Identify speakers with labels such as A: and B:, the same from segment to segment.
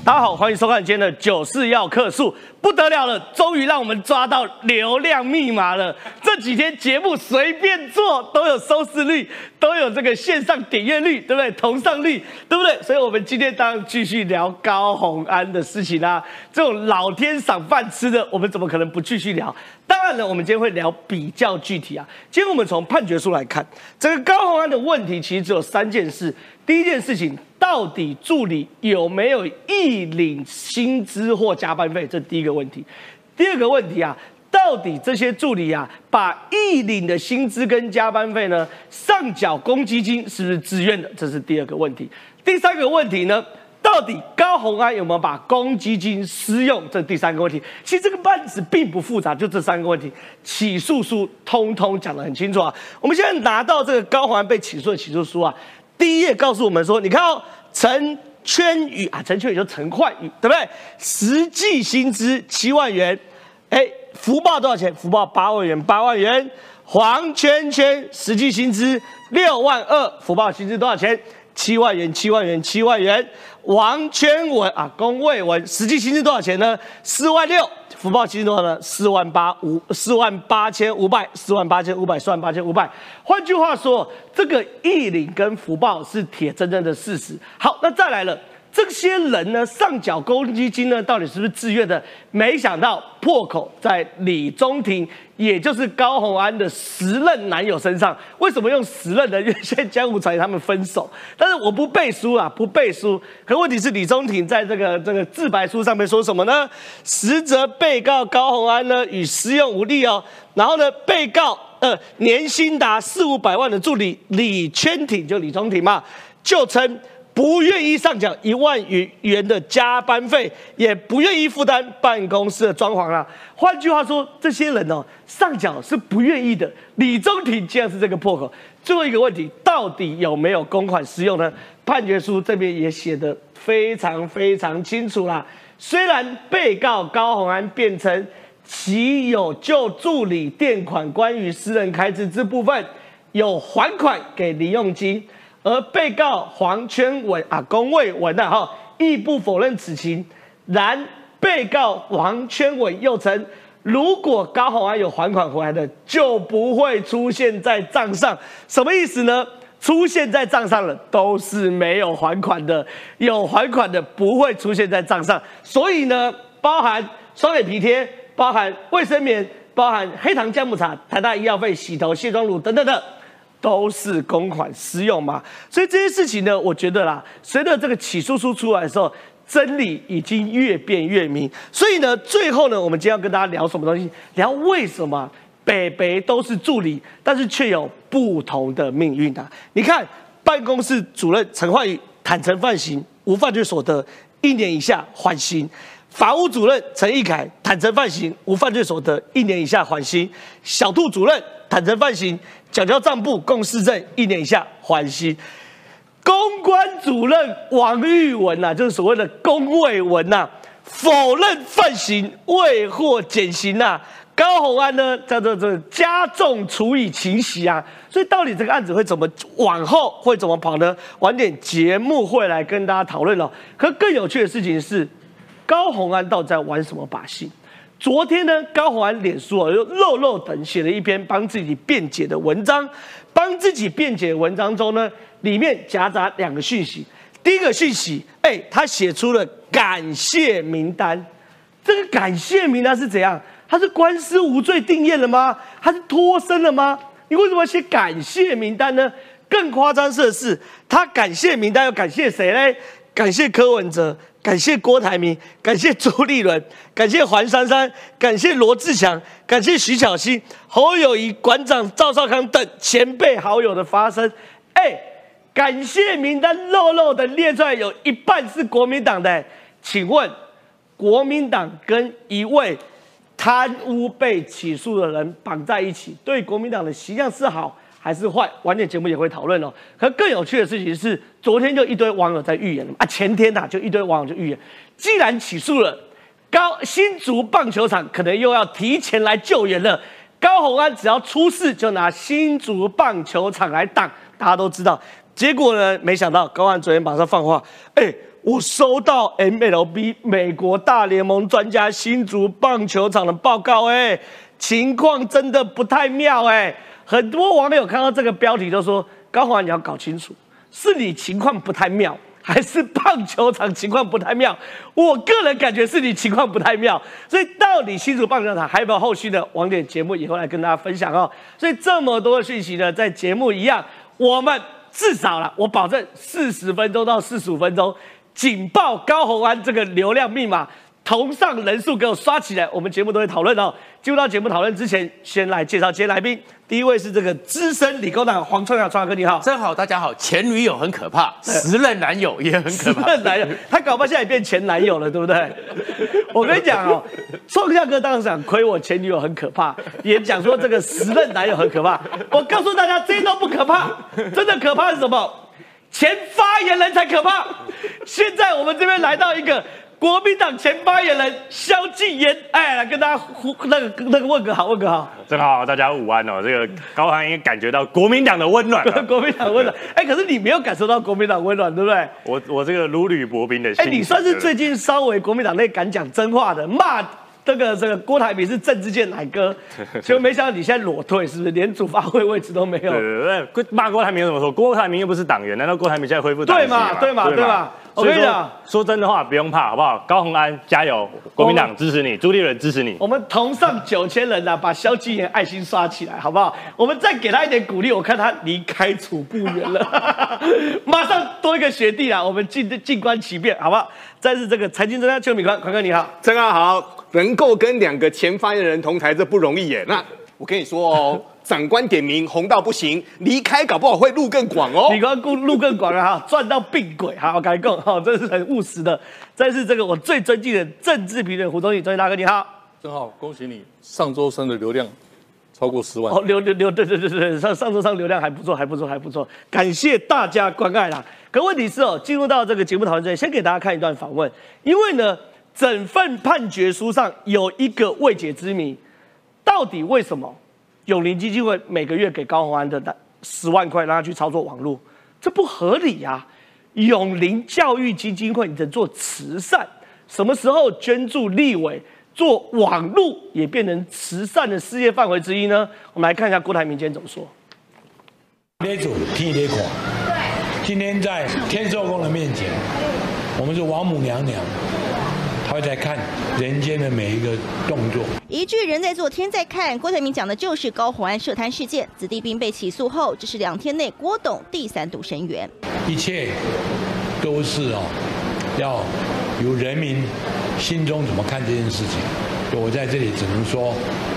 A: 大家好，欢迎收看今天的94要客诉，不得了了，终于让我们抓到流量密码了。这几天节目随便做都有收视率，都有这个线上点阅率，对不对？同上率，对不对？所以我们今天当然继续聊高虹安的事情啦。这种老天赏饭吃的，我们怎么可能不继续聊？当然呢，我们今天会聊比较具体啊。今天我们从判决书来看，这个高虹安的问题其实只有3件事。第一件事情，到底助理有没有预领薪资或加班费？这第一个问题。第二个问题啊，到底这些助理啊，把预领的薪资跟加班费呢上缴公积金是不是自愿的？这是第二个问题。第三个问题呢？到底高虹安有没有把公积金私用？这第3个问题。其实这个案子并不复杂，就这3个问题，起诉书通通讲得很清楚啊。我们现在拿到这个高虹安被起诉的起诉书啊，第1页告诉我们说，你看哦，陈圈宇啊，陈圈宇就陈焕宇，对不对？实际薪资7万元，福报多少钱？福报8万元，8万元。黄圈圈实际薪资6万2，福报薪资多少钱？7万元，7万元，7万元。王圈文啊，龚卫文实际薪资多少钱呢？4万6，福报薪资多少呢？4万8500，4万8500。换句话说，这个预领跟福报是铁铮铮的事实。好，那再来了。这些人呢，上缴公积金呢，到底是不是自愿的？没想到破口在李宗廷，也就是高虹安的时任男友身上。为什么用时任呢？因为现在江湖传言他们分手，但是我不背书啊，不背书。可问题是李宗廷在这个自白书上面说什么呢？实则被告高虹安呢与私用无力哦，然后呢，被告年薪达400-500万的助理李圈挺，就李宗廷嘛，就称。不愿意上缴1万元的加班费，也不愿意负担办公室的装潢啦。换句话说，这些人哦上缴是不愿意的。李宗廷竟然是这个破口。最后一个问题，到底有没有公款私用呢？判决书这边也写得非常非常清楚啦。虽然被告高虹安辩称其有就助理垫款关于私人开支之部分有还款给零用金。而被告黄圈文啊，龚卫文啊，亦不否认此情。然被告黄圈文又称，如果高虹安有还款回来的，就不会出现在账上。什么意思呢？出现在账上了，都是没有还款的；有还款的不会出现在账上。所以呢，包含双眼皮贴，包含卫生棉，包含黑糖姜母茶、台大医药费、洗头、卸妆乳等等的。都是公款私用嘛，所以这些事情呢，我觉得啦，随着这个起诉书出来的时候，真理已经越辩越明。所以呢，最后呢，我们今天要跟大家聊什么东西？聊为什么北北都是助理，但是却有不同的命运啊？你看，办公室主任陈焕宇坦诚犯行，无犯罪所得，1年以下缓刑；法务主任陈义凯坦诚犯行，无犯罪所得，1年以下缓刑；小兔主任坦诚犯行。缴交账簿共事证1年以下缓刑，公关主任王玉文呐，就是所谓的龚卫文呐，否认犯行，未获减刑呐。高虹安呢叫做这加重处以情刑啊，所以到底这个案子会怎么往后会怎么跑呢？晚点节目会来跟大家讨论了。可更有趣的事情是，高虹安到底在玩什么把戏？昨天呢，高虹安脸书又肉等写了一篇帮自己辩解的文章。帮自己辩解的文章中呢，里面夹杂2个讯息。第一个讯息，他写出了感谢名单。这个感谢名单是怎样？他是官司无罪定谳了吗？他是脱身了吗？你为什么要写感谢名单呢？更夸张的是，他感谢名单要感谢谁嘞？感谢柯文哲。感谢郭台铭，感谢朱立伦，感谢黄珊珊，感谢罗志祥，感谢徐巧芯、侯友宜、馆长赵少康等前辈好友的发声。感谢名单肉的列出来，有一半是国民党的。请问，国民党跟一位贪污被起诉的人绑在一起，对国民党的形象是好还是坏？晚点节目也会讨论哦。可更有趣的事情是，昨天就一堆网友在预言了啊，前天就一堆网友就预言，既然起诉了，新竹棒球场可能又要提前来救援了。高虹安只要出事，就拿新竹棒球场来挡，大家都知道。结果呢，没想到高虹安昨天马上放话， 我收到 MLB 美国大联盟专家新竹棒球场的报告，情况真的不太妙，很多网友看到这个标题就说：高虹安，你要搞清楚，是你情况不太妙，还是棒球场情况不太妙？我个人感觉是你情况不太妙，所以到底新竹棒球场还有没有后续的网点节目以后来跟大家分享哦。所以这么多的讯息呢，在节目一样，我们至少了，我保证40分钟到45分钟，警报高虹安这个流量密码。同上人数给我刷起来，我们节目都会讨论哦。进入到节目讨论之前，先来介绍今天来宾。第一位是这个资深理工党黄创耀，创耀哥你好。
B: 真好，大家好。前女友很可怕，时任男友也很可怕。
A: 时任男友，他搞不好现在也变前男友了，对不对？我跟你讲哦，创耀哥当然想亏我前女友很可怕，也讲说这个时任男友很可怕。我告诉大家，这些都不可怕，真的可怕是什么？前发言人才可怕。现在我们这边来到一个。国民党前发言人萧敬言，来跟大家那个问个好，
C: 正好，大家午安哦。这个高虹安应该感觉到国民党的温暖，
A: 国民党温暖。可是你没有感受到国民党温暖，对不对？
C: 我这个如履薄冰的心。
A: 你算是最近稍微国民党内敢讲真话的，骂这个郭台铭是政治界奶哥，结果没想到你现在裸退，是不是？连主发会位置都没有。
C: 对，骂郭台铭怎么说？郭台铭又不是党员，难道郭台铭现在恢复党籍吗？
A: 对嘛？我跟你讲，
C: 说真的话，不用怕，好不好？高虹安加油，国民党支持你，朱立伦支持你。
A: 我们同上9000人啊，把萧敬言爱心刷起来，好不好？我们再给他一点鼓励，我看他离开楚不远了，马上多一个学弟啦，我们静观其变，好不好？再是这个财经专家邱米宽哥你好，
D: 郑哥好，能够跟2个前发言人同台，这不容易耶。那我跟你说哦。长官点名红到不行，离开搞不好会路更广哦。
A: 你刚路更广了哈，赚到病鬼哈，我跟你讲哈，这是很务实的。再是这个我最尊敬的政治评论胡宗义，宗义大哥你好。
E: 正好恭喜你，上周三的流量超过10万。
A: 哦，对，上周三流量还不错，感谢大家关爱啦。可问题是哦，进入到这个节目讨论之前，先给大家看一段访问，因为呢，整份判决书上有一个未解之谜，到底为什么？永林基金会每个月给高虹安的10万块，让他去操作网络，这不合理呀！永林教育基金会你在做慈善，什么时候捐助立委做网络也变成慈善的事业范围之一呢？我们来看一下郭台铭今天怎么说。
F: 那组天咧看，今天在天寿宫的面前，我们是王母娘娘。他会在看人间的每一个动作。
G: 一句人在做天在看，郭台铭讲的就是高虹安涉贪事件。子弟兵被起诉后，这是2天内郭董第3度声援。
F: 一切都是要由人民心中怎么看这件事情。就我在这里只能说，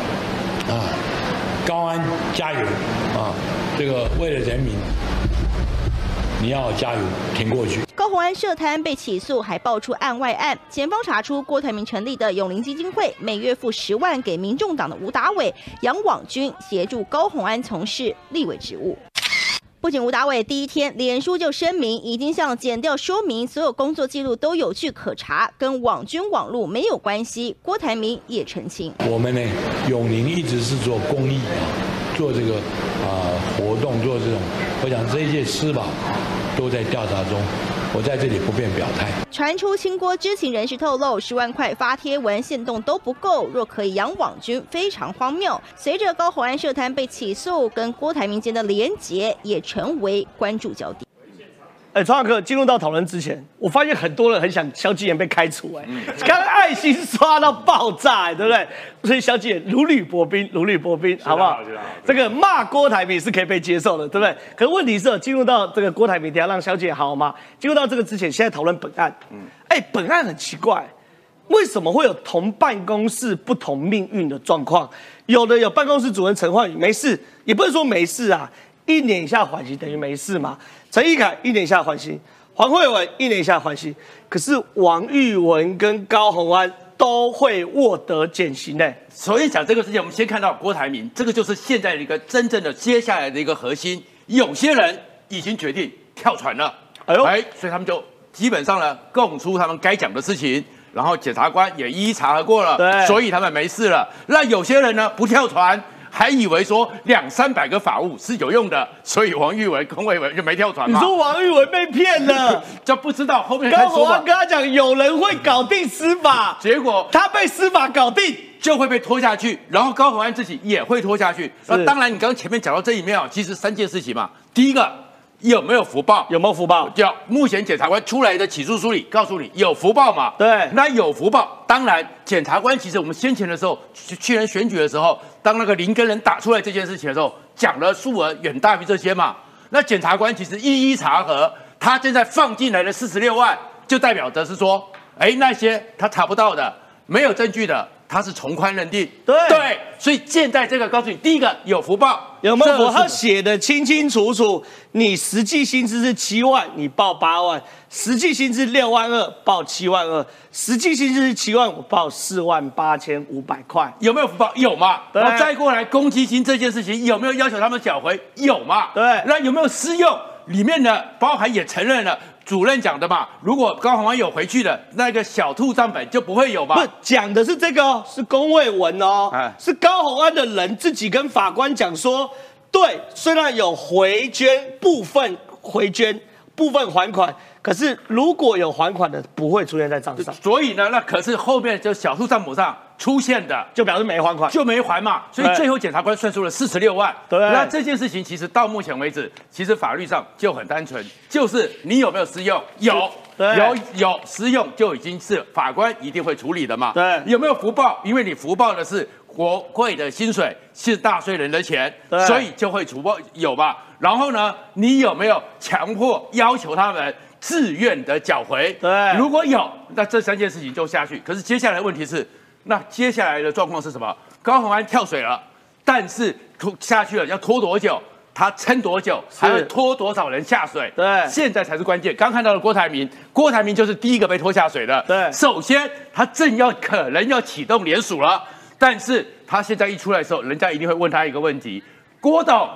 F: 高安加油啊！这个为了人民。你要加油，挺过去。
G: 高虹安涉贪被起诉，还爆出案外案。检方查出郭台铭成立的永林基金会，每月付10万给民众党的吴达伟、杨网军协助高虹安从事立委职务。不仅吴达伟第一天脸书就声明，已经向检调说明所有工作记录都有据可查，跟网军网路没有关系。郭台铭也澄清，
F: 我们呢永林一直是做公益做这个活动，做这种，我想这一些司法都在调查中，我在这里不便表态。
G: 传出清郭知情人士透露，10万块发贴文限动都不够，若可以养网军，非常荒谬。随着高虹安涉贪被起诉，跟郭台铭间的连结也成为关注焦点。
A: 创客进入到讨论之前，我发现很多人很想萧敬言被开除，刚刚爱心刷到爆炸，对不对？所以萧敬言如履薄冰，好不好？这个骂郭台铭是可以被接受的，对不对？可是问题是，进入到这个郭台铭，等下让萧敬言好吗？进入到这个之前，现在讨论本案，本案很奇怪，为什么会有同办公室不同命运的状况？有的有办公室主任陈焕宇没事，也不是说没事啊。1年以下缓刑等于没事嘛？陈义凯1年以下缓刑，黄慧文1年以下缓刑，可是王玉文跟高虹安都会获得减刑呢。
B: 首先讲这个事情，我们先看到郭台铭，这个就是现在的一个真正的接下来的一个核心。有些人已经决定跳船了，所以他们就基本上呢供出他们该讲的事情，然后检察官也一一查核过了，所以他们没事了。那有些人呢不跳船。 还以为说200-300个法务是有用的，所以王玉文、龚卫文就没跳船嘛。
A: 你说王玉文被骗了，
B: 就不知道后面
A: 高虹安跟他讲有人会搞定司法，
B: 结果
A: 他被司法搞定。
B: 就会被拖下去，然后高虹安自己也会拖下去。那当然，你刚刚前面讲到这一面其实3件事情嘛。第一个，有没有福报？
A: 有没有福报？
B: 就目前检察官出来的起诉书里告诉你有福报嘛？
A: 对，
B: 那有福报，当然检察官其实我们先前的时候，去年选举的时候，当那个林根人打出来这件事情的时候，讲了数额远大于这些嘛。那检察官其实一一查核，他现在放进来的46万，就代表着是说，那些他查不到的、没有证据的。他是从宽认定，对，所以现在这个告诉你，第一个有福报，
A: 有没有福报？他写的清清楚楚，你实际薪资是7万，你报8万；实际薪资6万2，报7万2；实际薪资是7万，我报48500块。有没有福报？有嘛？然后再过来公积金这件事情，有没有要求他们缴回？有嘛？对，那有没有私用？里面呢，包含也承认了。主任讲的嘛，如果高虹安有回去的那个小兔账本就不会有嘛？不，讲的是这个哦，是龚卫文哦，是高虹安的人自己跟法官讲说，对，虽然有部分回捐、部分还款，可是如果有还款的，不会出现在账上。所以呢，那可是后面就小兔账本上出现的，就表示没还款，就没还嘛。所以最后检察官算出了46万。对，那这件事情其实到目前为止，其实法律上就很单纯，就是你有没有私用？有私用就已经是法官一定会处理的嘛。对，有没有福报？因为你福报的是国会的薪水，是纳税人的钱，所以就会除报有吧。然后呢，你有没有强迫要求他们自愿的缴回？对，如果有，那这3件事情就下去。可是接下来的问题是，那接下来的状况是什么？高虹安跳水了，但是下去了要拖多久？他撑多久？还会拖多少人下水？对，现在才是关键。刚看到的郭台铭就是第一个被拖下水的。对，首先他可能要启动联署了，但是他现在一出来的时候，人家一定会问他一个问题：郭董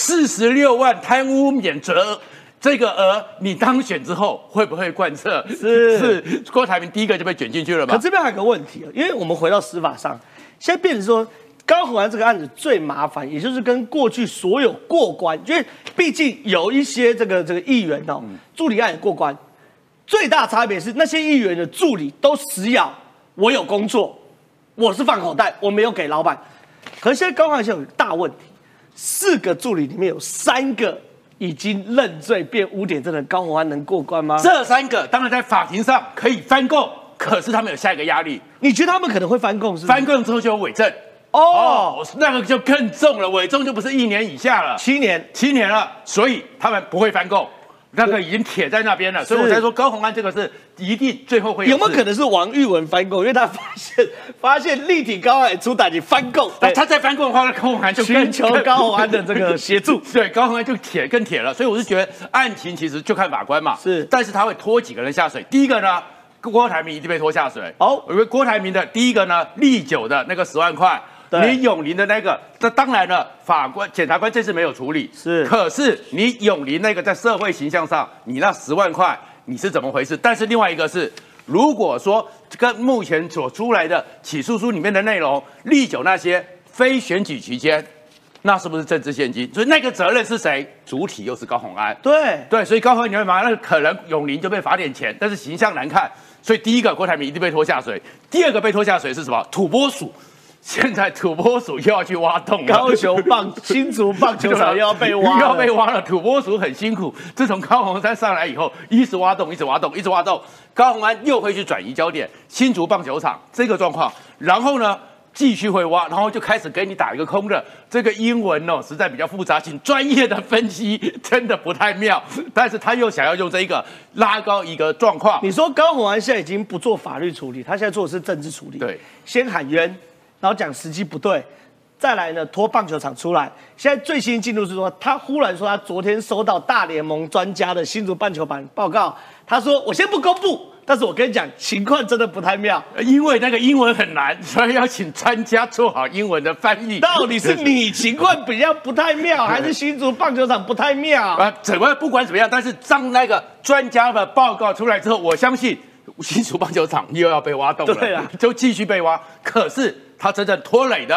A: ，46万贪污免责。这个额你当选之后会不会贯彻？是郭台铭第一个就被卷进去了嘛？可这边还有个问题，因为我们回到司法上，现在变成说高虹安这个案子最麻烦，也就是跟过去所有过关，因为毕竟有一些这个议员助理案也过关，最大差别是那些议员的助理都死咬我有工作，我是放口袋，我没有给老板。可是现在高虹安有个大问题，4个助理里面有3个。已经认罪变污点证的高虹安能过关吗？这3个当然在法庭上可以翻供，可是他们有下一个压力。你觉得他们可能会翻供是不是？翻供之后就有伪证那个就更重了，伪证就不是1年以下了，7年了，所以他们不会翻供。那个已经铁在那边了，所以我才说高虹安这个是一定最后会有没有可能是王玉文翻供？因为他发现立体高虹安出打击翻供，他在翻供的话，那高虹安就寻求高虹安的这个协助，对，高虹安就更铁了。所以我是觉得案情其实就看法官嘛，但是他会拖几个人下水。第一个呢，郭台铭一定被拖下水。因为郭台铭的第一个呢，利久的那个10万块。你永林的那个，这当然了，检察官这次没有处理，可是你永林那个在社会形象上，你那10万块你是怎么回事？但是另外一个是，如果说跟目前所出来的起诉书里面的内容，利久那些非选举期间，那是不是政治献金？所以那个责任是谁？主体又是高虹安。对，所以高虹安你会发现，那可能永林就被罚点钱，但是形象难看，所以第一个郭台铭一定被拖下水。第二个被拖下水是什么？土拨鼠。现在土拨鼠又要去挖洞了，新竹棒球场又要被挖了，土拨鼠很辛苦。自从高虹安上来以后，一直挖洞，高虹安又会去转移焦点，新竹棒球场这个状况，然后呢继续会挖，然后就开始给你打一个空的。这个英文实在比较复杂，请专业的分析，真的不太妙。但是他又想要用这个拉高一个状况。你说高虹安现在已经不做法律处理，他现在做的是政治处理，对，先喊冤。然后讲时机不对，再来呢拖棒球场出来。现在最新进度是说，他忽然说他昨天收到大联盟专家的新竹棒球版报告，他说我先不公布，但是我跟你讲情况真的不太妙，因为那个英文很难，所以要请专家做好英文的翻译。到底是你情况比较不太妙，还是新竹棒球场不太妙？不管怎么样，但是当那个专家的报告出来之后，我相信新竹棒球场又要被挖洞了，对啊，就继续被挖。可是他真正拖累的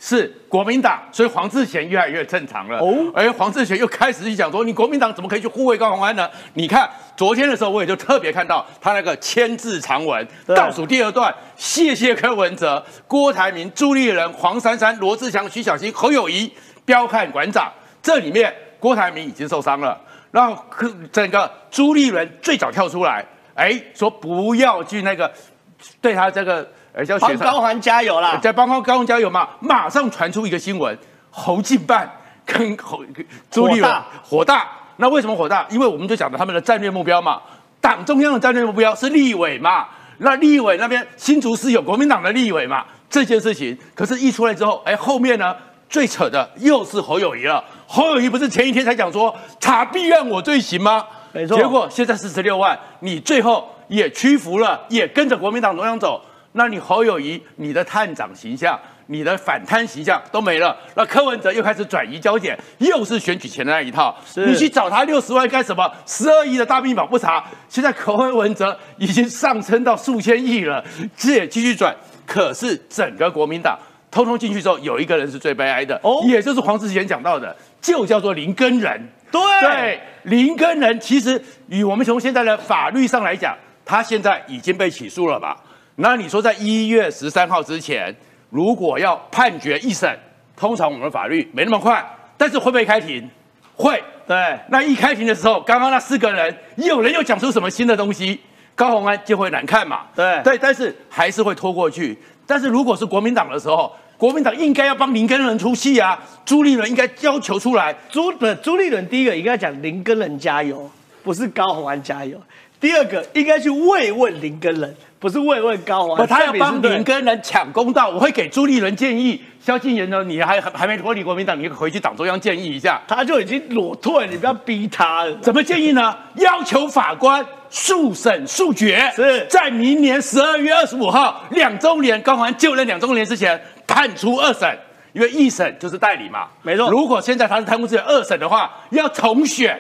B: 是国民党，所以黄智贤越来越正常了。而黄智贤又开始去讲说，你国民党怎么可以去护卫高虹安呢？你看昨天的时候，我也就特别看到他那个签字长文，倒数第2段，谢谢柯文哲、郭台铭、朱立伦、黄珊珊、罗志祥、徐小新、侯友宜、标看馆长。这里面郭台铭已经受伤了，然后整个朱立伦最早跳出来，说不要去那个对他这个。叫
A: 帮高虹安加油啦！
B: 在帮高虹安加油嘛！马上传出一个新闻，侯进办跟朱立伦火大。那为什么火大？因为我们就讲到他们的战略目标嘛，党中央的战略目标是立委嘛。那立委那边新竹市有国民党的立委嘛，这件事情可是一出来之后，后面呢最扯的又是侯友宜了。侯友宜不是前一天才讲说查弊案我罪行吗？
A: 没错。
B: 结果现在46万，你最后也屈服了，也跟着国民党中央走。那你侯友宜，你的探长形象、你的反贪形象都没了。那柯文哲又开始转移焦点，又是选举前的那一套。你去找他60万干什么？12亿的大秘宝不查，现在柯文哲已经上升到数千亿了，这也继续转。可是整个国民党通通进去之后，有一个人是最悲哀的，也就是黄智贤讲到的，就叫做林耕仁。对，林耕仁其实与我们从现在的法律上来讲，他现在已经被起诉了吧？那你说在1月13号之前，如果要判决一审，通常我们的法律没那么快，但是会不会开庭？会。
A: 对，
B: 那一开庭的时候，刚刚那4个人，有人又讲出什么新的东西，高虹安就会难看嘛。对，但是还是会拖过去。但是如果是国民党的时候，国民党应该要帮林耕仁出气啊，朱立伦应该要求出来。
A: 朱立伦第一个应该讲林耕仁加油，不是高虹安加油。第二个应该去慰问林耕仁，不是慰问高虹安。
B: 他要帮林耕仁抢公道，我会给朱立伦建议。萧敬言呢，你还没脱离国民党，你回去党中央建议一下。
A: 他就已经裸退，你不要逼他了。
B: 怎么建议呢？要求法官速审速决，
A: 是
B: 在明年12月25号2周年高虹安就任2周年之前判出2审，因为1审就是代理嘛。
A: 没错。
B: 如果现在他是贪污之前2审的话，要重选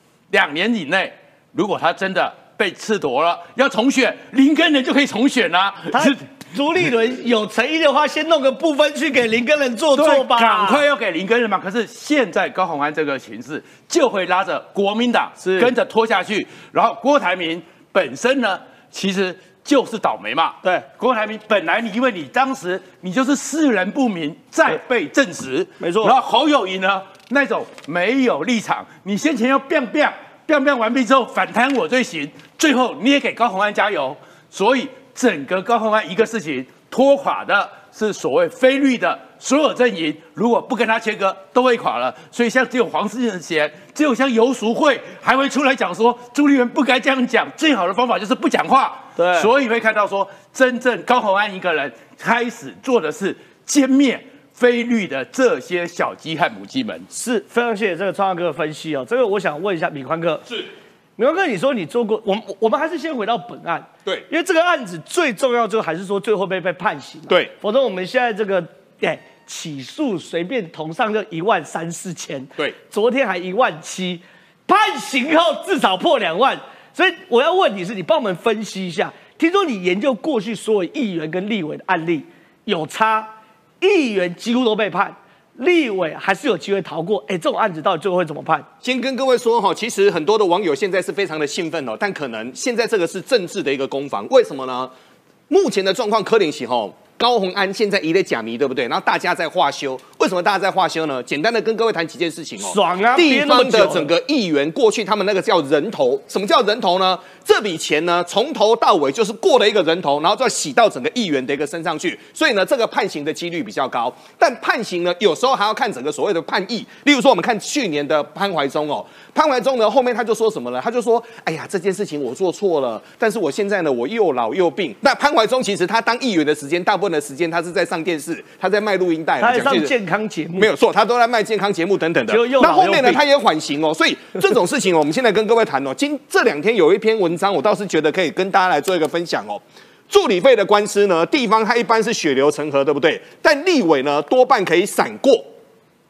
B: 2年以内。如果他真的被褫夺了，要重选，林耕仁就可以重选啦。
A: 朱立伦有诚意的话，先弄个不分区给林耕仁做吧，
B: 赶快要给林耕仁嘛。可是现在高虹安这个形势，就会拉着国民党跟着拖下去。然后郭台铭本身呢，其实就是倒霉嘛。
A: 对，
B: 郭台铭本来因为你当时你就是识人不明，再被证实，
A: 没错。
B: 然后侯友宜呢，那种没有立场，你先前要biang完毕之后反贪我罪行，最后你也给高虹安加油，所以整个高虹安一个事情拖垮的是所谓非绿的所有阵营，如果不跟他切割都会垮了。所以像只有黄智贤，只有像游淑慧还会出来讲说朱立伦不该这样讲，最好的方法就是不讲话。
A: 对，
B: 所以会看到说真正高虹安一个人开始做的是歼灭非绿的这些小鸡和母鸡们。
A: 是非常谢谢这个创耀哥的分析哦。这个我想问一下米宽哥，米宽哥，你说你做过，我们还是先回到本案，
D: 对，
A: 因为这个案子最重要就还是说最后被判刑，
D: 对，
A: 否则我们现在这个起诉随便同上就13000、4千，
D: 对，
A: 昨天还17000，判刑后至少破2万，所以我要问你是，你帮我们分析一下，听说你研究过去所有议员跟立委的案例有差。议员几乎都被判，立委还是有机会逃过。这种案子到底最后会怎么判？
D: 先跟各位说哈，其实很多的网友现在是非常的兴奋哦，但可能现在这个是政治的一个攻防，为什么呢？目前的状况，柯林喜吼。高虹安现在一类假迷，对不对？然后大家在化修，为什么大家在化修呢？简单的跟各位谈几件事情哦。
A: 爽啊！
D: 地方的整个议员过去他们那个叫人头，什么叫人头呢？这笔钱呢，从头到尾就是过了一个人头，然后再洗到整个议员的一个身上去，所以呢，这个判刑的几率比较高。但判刑呢，有时候还要看整个所谓的判议。例如说，我们看去年的潘怀宗哦，潘怀宗呢后面他就说什么呢？他就说：“哎呀，这件事情我做错了，但是我现在呢，我又老又病。”那潘怀宗其实他当议员的时间，大部分的时间他是在上电视，他在卖录音带，
A: 他在上健康节目，
D: 没有错，他都在卖健康节目等等的。那后面呢，他也缓刑哦，所以这种事情我们现在跟各位谈哦。这2天有一篇文章，我倒是觉得可以跟大家来做一个分享哦。助理费的官司呢，地方它一般是血流成河，对不对？但立委呢，多半可以闪过。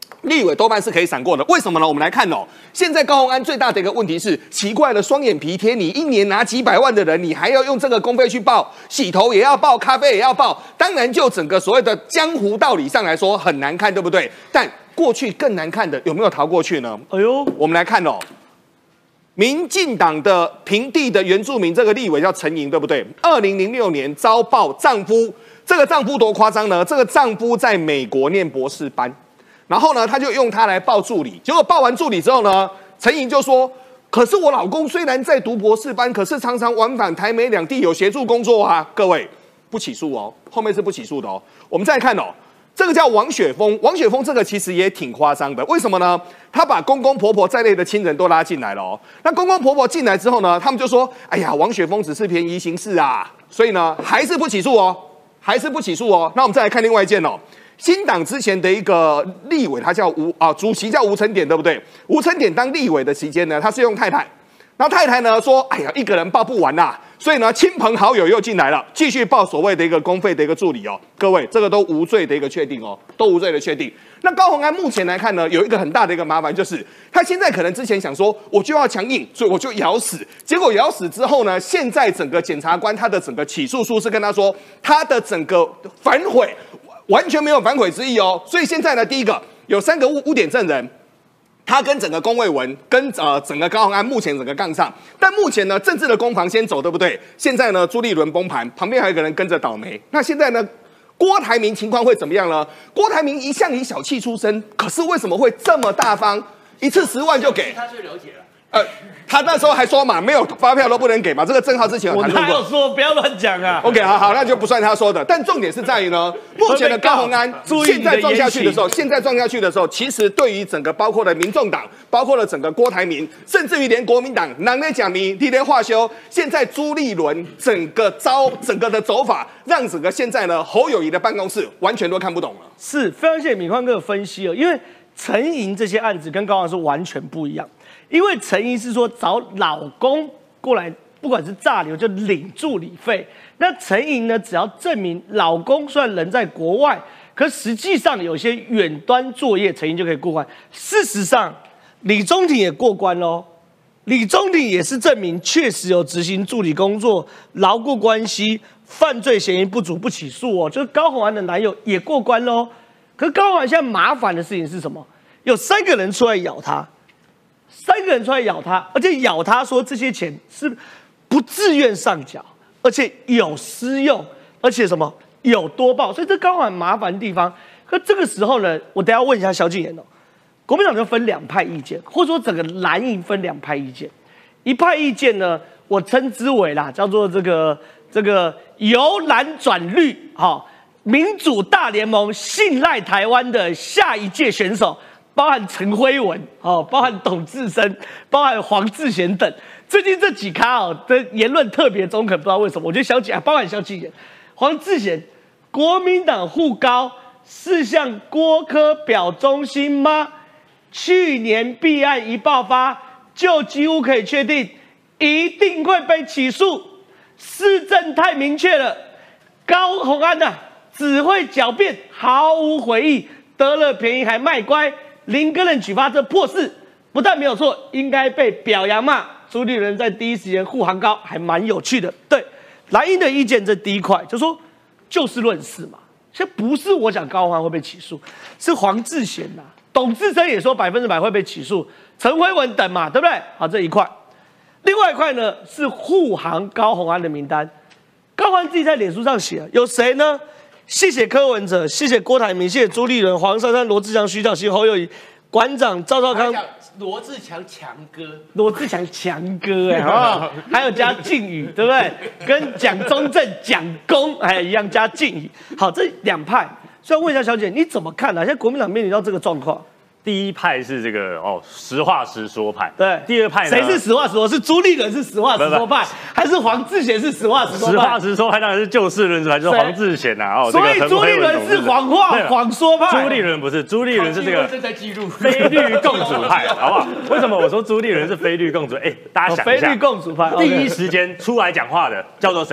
D: 立委多半是可以闪过的，为什么呢？我们来看哦，现在高虹安最大的一个问题是，奇怪了，双眼皮贴，你一年拿几百万的人，你还要用这个公费去报，洗头也要报，咖啡也要报，当然就整个所谓的江湖道理上来说很难看，对不对？但过去更难看的有没有逃过去呢？哎呦，我们来看哦，民进党的平地的原住民这个立委叫陈莹，对不对？2006年遭报丈夫，这个丈夫多夸张呢？这个丈夫在美国念博士班。然后呢，他就用他来报助理，结果报完助理之后呢，陈莹就说：“可是我老公虽然在读博士班，可是常常往返台美两地，有协助工作啊。”各位不起诉哦，后面是不起诉的哦。我们再来看哦，这个叫王雪峰，王雪峰这个其实也挺夸张的，为什么呢？他把公公婆婆在内的亲人都拉进来了哦。那公公婆婆进来之后呢，他们就说：“哎呀，王雪峰只是便宜行事啊。”所以呢，还是不起诉哦，还是不起诉哦。那我们再来看另外一件哦。新党之前的一个立委，他叫主席叫吴成典，对不对？吴成典当立委的期间呢，他是用太太，然后太太呢说：“哎呀，一个人报不完呐。”所以呢，亲朋好友又进来了，继续报所谓的一个公费的一个助理哦。各位，这个都无罪的一个确定哦，都无罪的确定。那高虹安目前来看呢，有一个很大的一个麻烦，就是他现在可能之前想说，我就要强硬，所以我就咬死。结果咬死之后呢，现在整个检察官他的整个起诉书是跟他说，他的整个反悔。完全没有反悔之意哦，所以现在呢，第一个有3个污点证人，他跟整个龚卫文跟整个高虹安目前整个杠上，但目前呢政治的攻防先走，对不对？现在呢朱立伦崩盘，旁边还有一个人跟着倒霉，那现在呢郭台铭情况会怎么样呢？郭台铭一向以小气出身，可是为什么会这么大方，一次10万就给？
B: 他最了解了。
D: 他那时候还说嘛，没有发票都不能给嘛。这个郑浩之前有谈论过。
A: 我哪有说，不要乱讲啊。
D: OK， 好，那就不算他说的。但重点是在于呢，目前的高虹安现在撞下去的时候，其实对于整个包括了民众党，包括了整个郭台铭，甚至于连国民党，人在讲明，地在化修。现在朱立伦整个的走法，让整个现在呢侯友宜的办公室完全都看不懂了。
A: 是非常谢谢敏宽哥的分析哦，因为陈莹这些案子跟高虹安是完全不一样。因为陈莹是说找老公过来，不管是诈领就领助理费。那陈莹呢，只要证明老公虽然人在国外，可实际上有些远端作业，陈莹就可以过关。事实上，李宗廷也过关喽。李宗廷也是证明确实有执行助理工作，牢固关系，犯罪嫌疑不足不起诉哦。就是高虹安的男友也过关喽。可是高虹安现在麻烦的事情是什么？有3个人出来咬他。3个人出来咬他，而且咬他说这些钱是不自愿上缴，而且有私用，而且什么有多报，所以这刚好很麻烦的地方。可这个时候呢，我等一下问一下萧敬言哦，国民党就分2派意见，或者说整个蓝营分2派意见。一派意见呢，我称之为啦，叫做这个由蓝转绿，民主大联盟信赖台湾的下一届选手。包含陈辉文包含董志生，包含黄志贤等，最近这几咖的言论特别中肯，不知道为什么。我觉得包含萧敬言、黄志贤，国民党护高是向郭科表忠心吗？去年弊案一爆发，就几乎可以确定一定会被起诉。事证太明确了，高虹安只会狡辩，毫无悔意，得了便宜还卖乖。林根人举发这破事，不但没有错，应该被表扬嘛。朱立伦在第一时间护航高，还蛮有趣的。对，蓝营的意见这第一块就说就事论事嘛。现在不是我讲高虹安会被起诉，是黄志贤董志生也说100%会被起诉，陈辉文等嘛，对不对？好，这一块。另外一块呢是护航高虹安的名单，高虹安自己在脸书上写，有谁呢？谢谢柯文哲，谢谢郭台铭，谢谢朱立伦、黄珊珊、罗志祥、徐巧芯、侯友宜、馆长赵少康、
B: 罗志强强哥，
A: 罗志强强哥好不好？还有加敬语，对不对？跟蒋中正、蒋公一样加敬语。好，这2派，所以问一下小姐，你怎么看现在国民党面临到这个状况？
C: 第一派是这个实话实说派，
A: 对。
C: 第2派呢？
A: 谁是实话实说？是朱立伦是实话实说派，还是黄志贤是实话实说派？
C: 实话实说派当然是就事论事派，就是黄志贤
A: 所以朱立伦是谎话谎说派。
C: 朱立伦不是，朱立伦是这个
B: 在记录
C: 非绿共主派，好不好？为什么我说朱立伦是非绿共主？大家想一下，
A: 非绿共主派，
C: 第一时间出来讲话的叫做谁？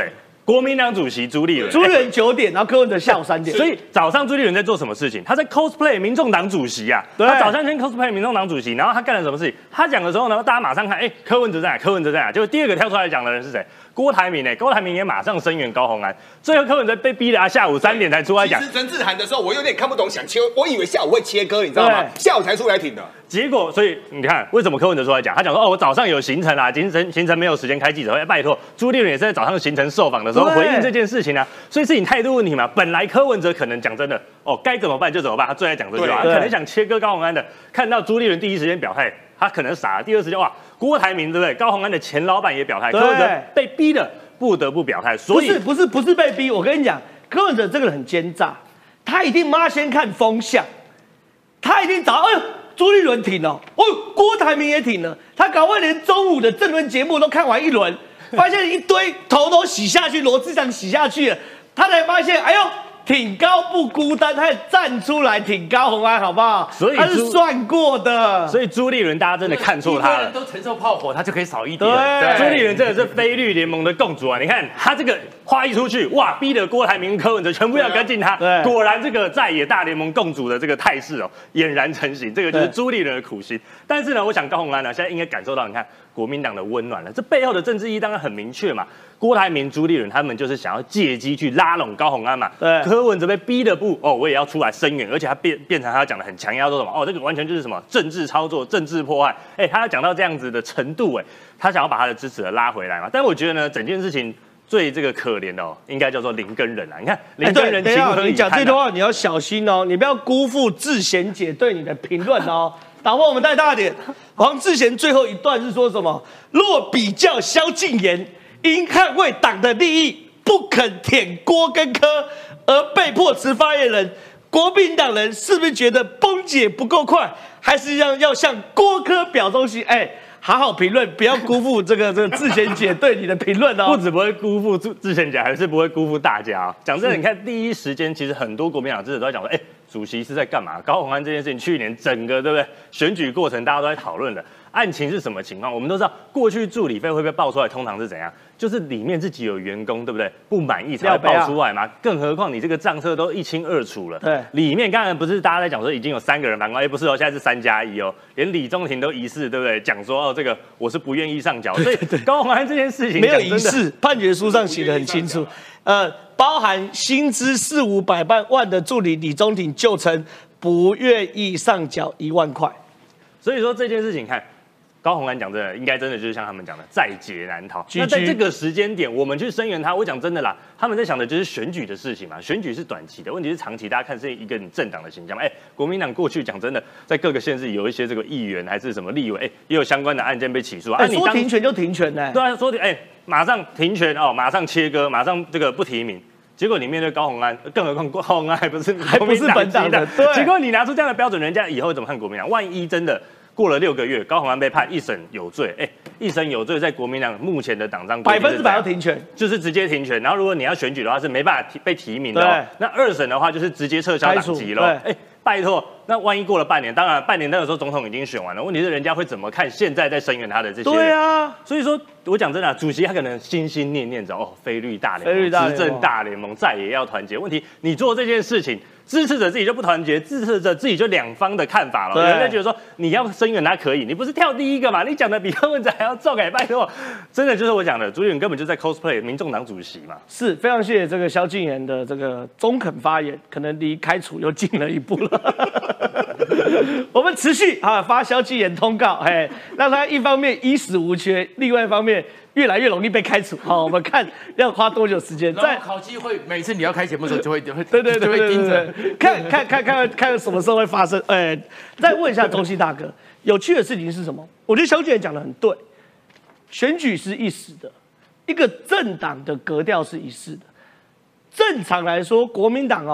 C: 国民党主席朱立伦，
A: 朱立伦9点，然后柯文哲下午3点。
C: 所以早上朱立伦在做什么事情？他在 cosplay 民众党主席啊。他早上先 cosplay 民众党主席，然后他干了什么事情？他讲的时候呢，大家马上看，柯文哲在哪？柯文哲在哪？结果第二个跳出来讲的人是谁？郭台铭郭台铭也马上声援高虹安。最后柯文哲被逼得下午3点才出来讲。
D: 其实陈志涵的时候，我有点看不懂，想切，我以为下午会切割，你知道吗？下午才出来挺的。
C: 结果，所以你看，为什么柯文哲出来讲？他讲说，我早上有行程啦，行程没有时间开记者会。拜托，朱立伦也是在早上行程受访的时候回应这件事情啊。所以是你态度问题嘛。本来柯文哲可能讲真的，该怎么办就怎么办，他最爱讲这句话，他可能想切割高虹安的。看到朱立伦第一时间表态，他可能傻了。第二时间哇，郭台铭对不对？高虹安的前老板也表态，柯文哲被逼的不得不表态。所以
A: 不是被逼，我跟你讲，柯文哲这个人很奸诈，他一定妈先看风向，他一定找朱立伦挺了，郭台铭也挺了，他搞不好连中午的政论节目都看完一轮，发现一堆头都洗下去，罗志祥洗下去了，他才发现，哎呦，挺高不孤单，他也站出来挺高虹安，好不好？
C: 所以
A: 他是算过的。
C: 所以朱立伦大家真的看错他了，
B: 都承受炮火，他就可以少一点。
C: 朱立伦真的是非绿联盟的共主啊！你看他这个话一出去，哇，逼得郭台铭、柯文哲全部要跟进他。果然这个在野大联盟共主的这个态势俨然成型。这个就是朱立伦的苦心。但是呢，我想高虹安呢，现在应该感受到，你看国民党的温暖了。这背后的政治意义当然很明确嘛。郭台铭、朱立伦他们就是想要借机去拉拢高虹安嘛。对，柯文哲被逼得不我也要出来声援，而且他变成他讲的很强硬，要说什么这个完全就是什么政治操作、政治迫害。他要讲到这样子的程度，他想要把他的支持者拉回来嘛。但我觉得呢，整件事情最这个可怜的应该叫做林耕仁啊。你看林耕仁情何以堪？
A: 你讲这段话你要小心哦，你不要辜负智贤姐对你的评论哦。打破我们带大点，黄智贤最后一段是说什么？若比较萧敬言因捍卫党的利益，不肯舔郭跟柯，而被迫辞发言人，国民党人是不是觉得崩解不够快，还是要向郭柯表忠心？好好评论，不要辜负这个智贤姐对你的评论哦。
C: 不止不会辜负智贤姐，还是不会辜负大家。讲真的，你看第一时间，其实很多国民党支持者都在讲说，主席是在干嘛？高虹安这件事情，去年整个对不对选举过程，大家都在讨论的。案情是什么情况？我们都知道，过去助理费会被爆出来，通常是怎样？就是里面自己有员工，对不对？不满意才会爆出来嘛。更何况你这个账册都一清二楚了。对，里面刚才不是大家在讲说已经有3个人反过来，不是现在是3+1连李宗廷都疑似，对不对？讲说这个我是不愿意上缴，所以高虹安这件事情
A: 没有疑似，判决书上写得很清楚。包含薪资400-500万的助理李宗廷就称不愿意上缴1万块。
C: 所以说这件事情看。高虹安讲真的，应该真的就是像他们讲的在劫难逃。那在这个时间点，我们去声援他，我讲真的啦，他们在想的就是选举的事情嘛。选举是短期的，问题是长期，大家看是一个你政党的形象嘛。国民党过去讲真的，在各个县市有一些这个议员还是什么立委，也有相关的案件被起诉啊。
A: 你说停权就停权呢？
C: 对啊，说马上停权马上切割，马上这个不提名。结果你面对高虹安，更何况高虹安还不是
A: 本党的，对。
C: 结果你拿出这样的标准，人家以后怎么看国民党？万一真的过了6个月，高虹安被判1审有罪，1审有罪，在国民党目前的党章
A: 100%要停权，
C: 就是直接停权。然后如果你要选举的话，是没办法被提名的。那2审的话，就是直接撤销党籍了。拜托，那万一过了半年，当然半年那个时候总统已经选完了，问题是人家会怎么看现在在声援他的这些人？
A: 对啊，
C: 所以说我讲真的，主席他可能心心念念着非绿大联盟、执政大联盟再也要团结。问题你做这件事情，支持者自己就不团结，支持者自己就两方的看法了。有人在觉得说你要声援他可以，你不是跳第一个嘛？你讲的比柯文哲还要重拜托，真的就是我讲的，朱立伦根本就在 cosplay 民众党主席嘛。
A: 是非常谢谢这个萧敬言的这个中肯发言，可能离开除又近了一步了。我们持续发萧敬言通告，让他一方面衣食无缺，另外一方面越来越容易被开除。我们看要花多久时间。
B: 在考绩会每次你要开节目的时候就会
A: 对
B: 就会盯着
A: 看什么时候会发生。再问一下中信大哥，有趣的事情是什么？我觉得萧敬言讲得很对，选举是一时的，一个政党的格调是一时的。正常来说，国民党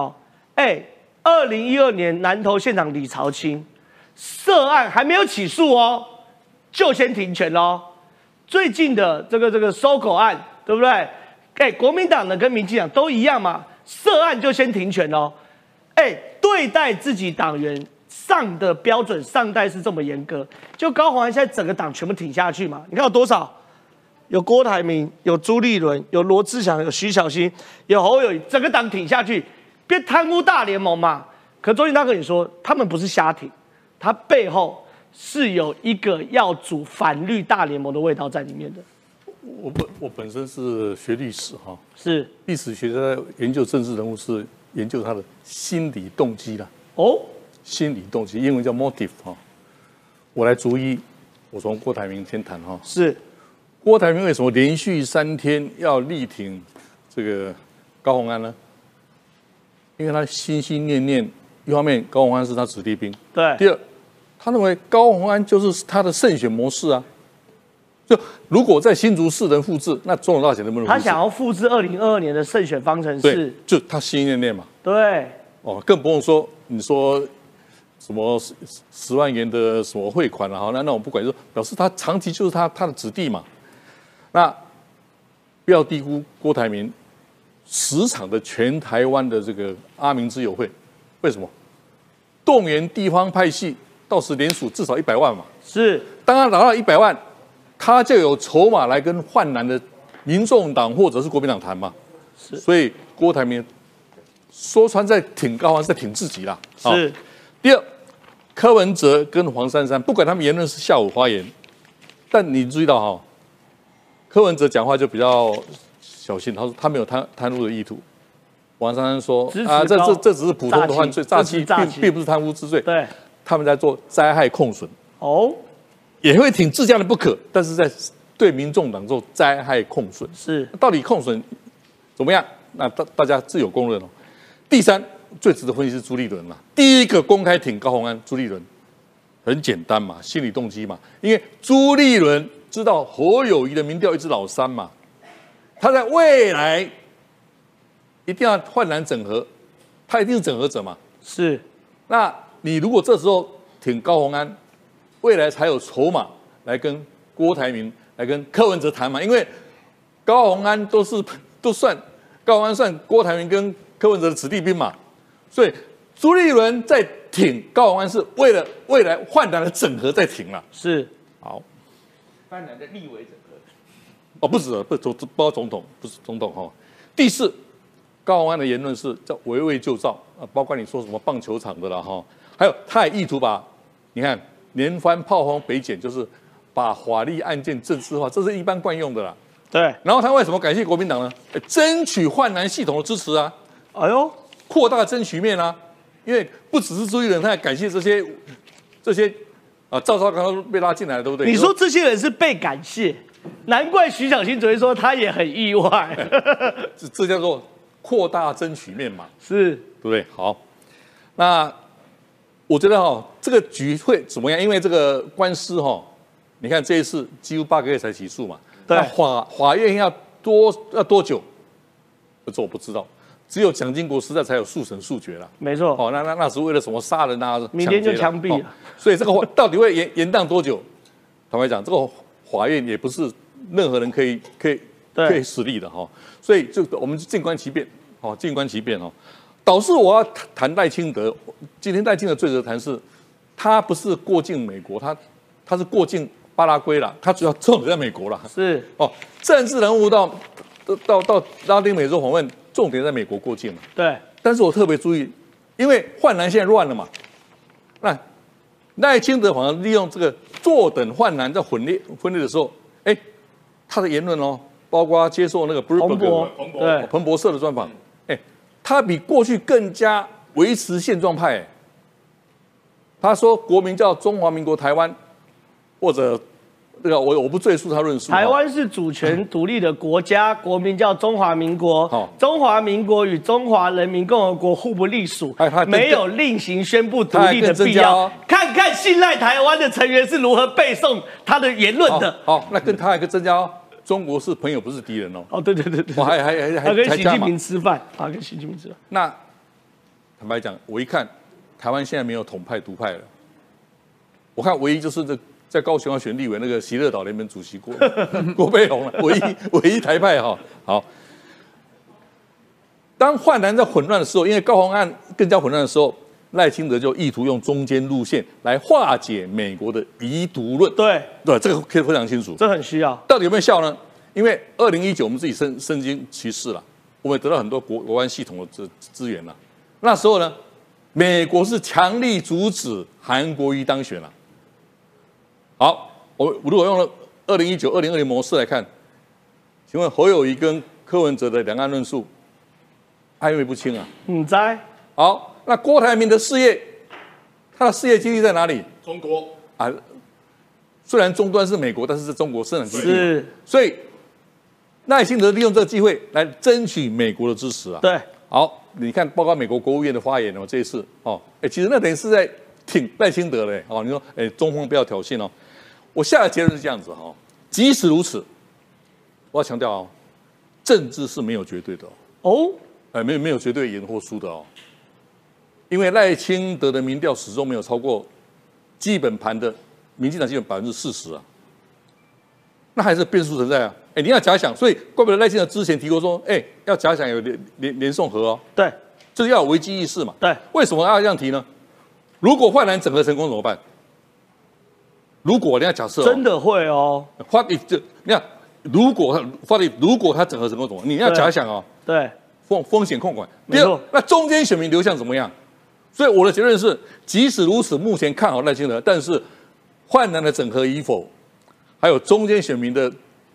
A: 2012年南投县长李朝清涉案还没有起诉就先停权喽。最近的这个搜狗案，对不对？国民党呢跟民进党都一样嘛，涉案就先停权喽。对待自己党员上的标准上代是这么严格，就高虹安现在整个党全部挺下去嘛？你看有多少有郭台铭，有朱立伦，有罗志祥，有徐小新，有侯友宜，整个党挺下去，变贪污大联盟嘛。可周俊大跟你说，他们不是瞎挺，他背后是有一个要组反绿大联盟的味道在里面的。
E: 我本身是学历史哈，
A: 是
E: 历史学家研究政治人物是研究他的心理动机啦。
A: 哦，
E: 心理动机，英文叫 motive 哈。我来逐一，我从郭台铭先谈哈。
A: 是
E: 郭台铭为什么连续3天要力挺这个高虹安呢？因为他心心念念，一方面高虹安是他子弟兵，
A: 对。
E: 第二，他认为高虹安就是他的胜选模式啊。就如果在新竹市能复制，那总统大选能不能复制？
A: 他想要复制2022年的胜选方程式，
E: 对，就他心心念念嘛。
A: 对。
E: 哦，更不用说你说什么10万元的什么汇款啊，那我不管，就表示他长期就是他的子弟嘛。那不要低估郭台铭10场的全台湾的这个阿明之友会，为什么？动员地方派系到时联署至少100万嘛。
A: 是，
E: 当他拿到100万，他就有筹码来跟泛蓝的民众党或者是国民党谈嘛。
A: 是，
E: 所以郭台铭说穿在挺高虹，在挺自己啦。
A: 是。
E: 第二，柯文哲跟黄珊珊，不管他们言论是下午花言，但你注意到哈，柯文哲讲话就比较小心，他说他没有贪污的意图。黄珊珊说啊，这只是普通的犯罪，诈欺并不是贪污之罪。
A: 对，
E: 他们在做灾害控损。
A: 哦，
E: 也会挺自家的不可，但是在对民众党做灾害控损。
A: 是，
E: 到底控损怎么样？那大家自有公论哦。第三，最值得分析是朱立伦嘛。第一个公开挺高虹安，朱立伦很简单嘛，心理动机嘛。因为朱立伦知道侯友宜的民调一直老3嘛，他在未来一定要焕然整合，他一定是整合者嘛。
A: 是，
E: 那你如果这时候挺高虹安，未来才有筹码来跟郭台铭、来跟柯文哲谈嘛。因为高虹安都算高虹安算郭台铭跟柯文哲的子弟兵嘛，所以朱立伦在挺高虹安是为了未来焕然的整合在挺了。
A: 是，
E: 好，
B: 泛蓝的立委整合。
E: 哦，不止，包括总统，不是总统哈。第四，高虹安的言论是叫围魏救赵啊，包括你说什么棒球场的啦哈，还有他也意图把你看连番炮轰北检，就是把法律案件政治化，这是一般惯用的啦。
A: 对。
E: 然后他为什么感谢国民党呢？争取焕蓝系统的支持啊！
A: 哎呦，
E: 扩大争取面啊！因为不只是朱立伦，他还感谢这些啊，赵少康都被拉进来了，对不对？
A: 你说这些人是被感谢，难怪徐小新昨天说他也很意外。
E: 这叫做扩大争取面嘛，
A: 是，
E: 对不对？好，那我觉得这个局会怎么样？因为这个官司你看这一次几乎8个月才起诉嘛，
A: 对，
E: 那法院要多久？这我不知道。只有蒋经国时代才有速审速决了，
A: 没错。
E: 那是为了什么杀人啊？
A: 明天就枪毙了。
E: 所以这个到底会延宕多久？坦白讲，这个法院也不是任何人可以使力的哈。所以我们静观其变，静观其变哦。导致我要谈赖清德，今天赖清德最值得谈是，他不是过境美国，他是过境巴拉圭啦，他主要重点在美国啦。
A: 是
E: 政治人物到拉丁美洲访问。重点在美国过境嘛，
A: 对。
E: 但是我特别注意，因为泛蓝现在乱了嘛，那赖清德好像利用这个坐等泛蓝在分裂的时候，他的言论包括接受那个彭博社的专访，他比过去更加维持现状派。他说国名叫中华民国台湾，或者。这个我不赘述他论述。
A: 台湾是主权独立的国家，国名叫中华民国。中华民国与中华人民共和国互不隶属，没有另行宣布独立的必要。看看信赖台湾的成员是如何背诵他的言论的。
E: 好，那跟他还有个增加中国是朋友，不是敌人哦。
A: 对，
E: 我还
A: 跟习近平吃饭，跟习近平吃饭。
E: 那坦白讲，我一看台湾现在没有统派独派了，我看唯一就是在高雄要选立委那个喜乐岛联盟主席郭背宏了，唯一台派哈。好，当泛蓝在混乱的时候，因为高虹安更加混乱的时候，赖清德就意图用中间路线来化解美国的遗毒论。
A: 对，
E: 这个可以非常清楚。
A: 这很需要。
E: 到底有没有效呢？ 因为2019我们自己身经其事了，我们得到很多国安系统的资源了。那时候呢，美国是强力阻止韩国瑜当选了。好，我如果用了2019、2020模式来看，请问侯友宜跟柯文哲的两岸论述暧昧不清啊？
A: 在。
E: 好，那郭台铭的事业，他的事业基地在哪里？
D: 中国
E: 啊，虽然终端是美国，但是在中国生产基地，
A: 是，
E: 所以赖清德利用这个机会来争取美国的支持啊。
A: 对，
E: 好，你看，包括美国国务院的发言哦，这一次哦，其实那等于是在挺赖清德嘞哦。你说，中方不要挑衅哦。我下的结论是这样子哈、哦，即使如此，我要强调哦，政治是没有绝对的哦。没有绝对赢或输的哦。因为赖清德的民调始终没有超过基本盘的民进党基本40%啊，那还是变数存在啊。你要假想，所以怪不得赖清德之前提过说，要假想有连宋合哦，
A: 对，
E: 就是要有危机意识嘛。
A: 对，
E: 为什么要这样提呢？如果焕然整合成功怎么办？如果你要假设、
A: 真的会哦，
E: 你看，如果他整合成功怎么？你要假想哦，
A: 对，
E: 风险控管。第二，那中间选民流向怎么样？所以我的结论是，即使如此，目前看好赖清德，但是焕然的整合与否，还有中间选民的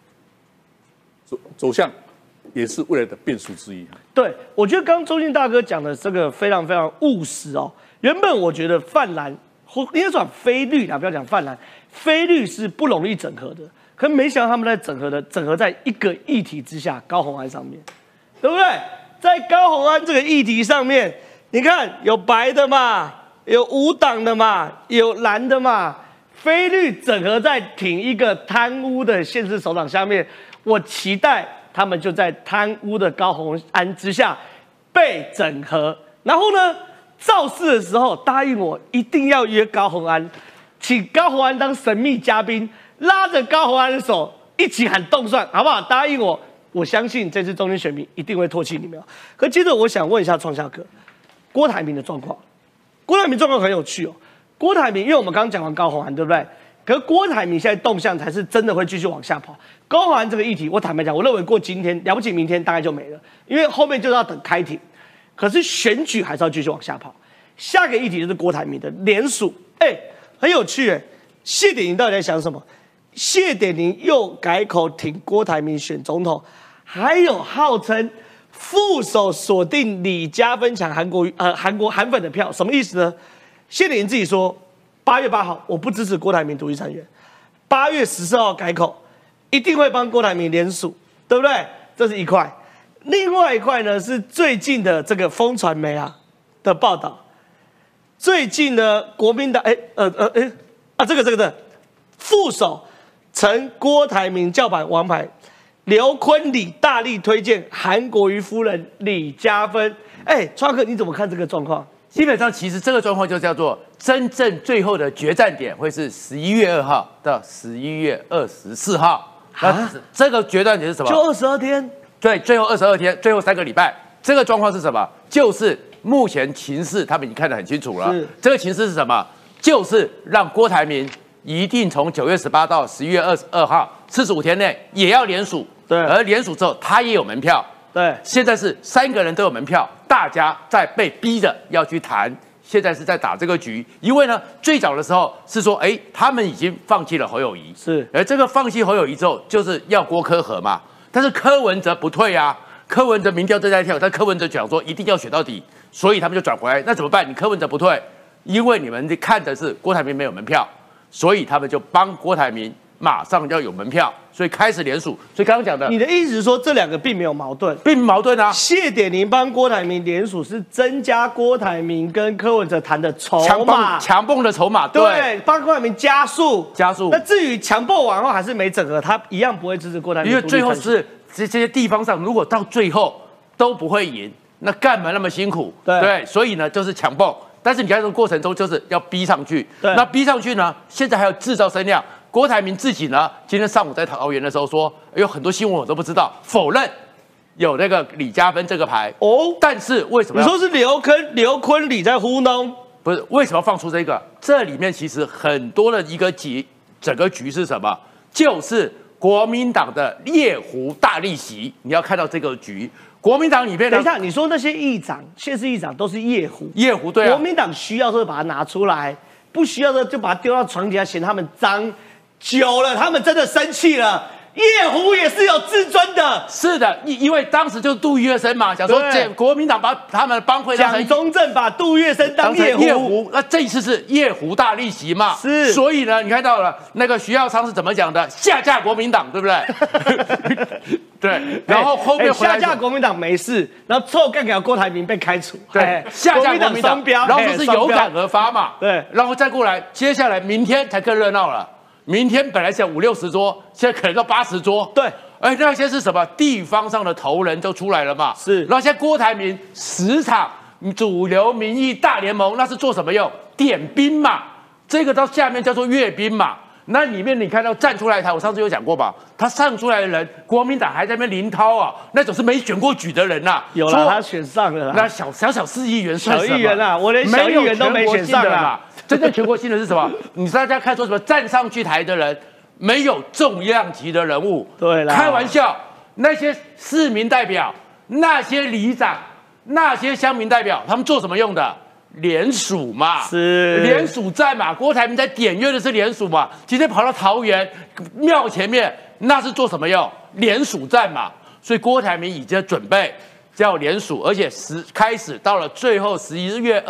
E: 走向，也是未来的变数之一。
A: 对，我觉得刚刚周信大哥讲的这个非常非常务实哦。原本我觉得泛蓝或应该讲非绿啦，不要讲泛蓝，非绿是不容易整合的。可没想到他们在整合在一个议题之下，高虹安上面，对不对？在高虹安这个议题上面。你看，有白的嘛，有无党的嘛，有蓝的嘛，非绿整合在挺一个贪污的县市首长下面，我期待他们就在贪污的高虹安之下被整合。然后呢，造势的时候答应我一定要约高虹安，请高虹安当神秘嘉宾，拉着高虹安的手一起喊动算，好不好？答应我，我相信这次中间选民一定会唾弃你们。可接着我想问一下创夏哥。郭台铭的状况，郭台铭状况很有趣哦。郭台铭，因为我们刚刚讲完高虹安，对不对？可是郭台铭现在动向才是真的会继续往下跑。高虹安这个议题，我坦白讲，我认为过今天了不起，明天大概就没了，因为后面就是要等开庭。可是选举还是要继续往下跑。下个议题就是郭台铭的联署，很有趣哎。谢点宁到底在想什么？谢点宁又改口挺郭台铭选总统，还有号称。副手锁定李家芬抢韩粉的票，什么意思呢？谢点宁自己说，8月8号我不支持郭台铭独立参选，8月14号改口，一定会帮郭台铭联署，对不对？这是一块。另外一块呢是最近的这个风传媒的报道，最近呢国民党这个副手成郭台铭叫板王牌。刘坤礼大力推荐韩国瑜夫人李家芬，创客你怎么看这个状况？
B: 基本上，其实这个状况就叫做真正最后的决战点会是11月2号到11月24号。那这个决战点是什么？
A: 就22天。
B: 对，最后22天，最后3个礼拜。这个状况是什么？就是目前情势他们已经看得很清楚了。这个情势是什么？就是让郭台铭一定从9月18到11月22号45天内也要联署。
A: 对，
B: 而联署之后，他也有门票。
A: 对，
B: 现在是3个人都有门票，大家在被逼着要去谈。现在是在打这个局，因为呢，最早的时候是说，他们已经放弃了侯友宜，
A: 是，
B: 而这个放弃侯友宜之后，就是要郭柯合嘛。但是柯文哲不退啊，柯文哲民调正在跳，但柯文哲讲说一定要选到底，所以他们就转回来。那怎么办？你柯文哲不退，因为你们看的是郭台铭没有门票，所以他们就帮郭台铭。马上要有门票，所以开始联署。所以刚刚讲的，
A: 你的意思是说这2个并没有矛盾，
B: 并矛盾啊。
A: 谢点宁帮郭台铭联署是增加郭台铭跟柯文哲谈的筹码，
B: 强蹦的筹码，
A: 对，帮郭台铭加速。
B: 那
A: 至于强蹦完后还是没整合，他一样不会支持郭台铭。
B: 因为最后是这些地方上，如果到最后都不会赢，那干嘛那么辛苦？对，所以呢就是强蹦。但是你在这个过程中就是要逼上去，那逼上去呢，现在还要制造声量。郭台铭自己呢，今天上午在桃园的时候说，有很多新闻我都不知道，否认有那个李家芬这个牌哦。但是为什么？
A: 你说是刘坤礼在糊弄？
B: 不是，为什么放出这个？这里面其实很多的一个整个局是什么？就是国民党的猎狐大逆袭。你要看到这个局，国民党里面
A: 等一下，你说那些议长、县市议长都是夜壶，
B: 夜壶对啊，
A: 国民党需要的时候把它拿出来，不需要的就把它丢到床底下，嫌他们脏。久了，他们真的生气了。夜壶也是有自尊的，
B: 是的，因为当时就是杜月笙嘛，想说国民党把他们的帮会当成
A: 蒋中正把杜月笙当夜壶，
B: 那这一次是夜壶大逆袭嘛，
A: 是，
B: 所以呢，你看到了那个徐耀昌是怎么讲的？下架国民党，对不对？对，然后后面
A: 下架国民党没事，然后臭干掉郭台铭被开除，
B: 对，下架国民党双
A: 标，
B: 然后说是有感而发嘛，
A: 对，
B: 然后再过来，接下来明天才更热闹了。明天本来是50-60桌，现在可能到80桌。
A: 对，
B: 那些是什么？地方上的头人都出来了嘛。
A: 是，
B: 然后现在郭台铭10场主流民意大联盟，那是做什么用？点兵嘛。这个到下面叫做阅兵嘛。那里面你看到站出来台，我上次有讲过吧？他上出来的人，国民党还在那边林涛啊，那种是没选过举的人呐。
A: 有了，他选上了啦。
B: 那小4亿元算什么？
A: 小议员啊，我连小议员都没选上啦。
B: 真正全国性的是什么？你大家看说什么站上去台的人没有重量级的人物，
A: 对啦，
B: 开玩笑，那些市民代表、那些里长、那些乡民代表，他们做什么用的？联署嘛，
A: 是
B: 联署站嘛。郭台铭在点阅的是联署嘛，今天跑到桃园庙前面，那是做什么用？联署站嘛。所以郭台铭已经准备叫联署，而且开始到了最后8月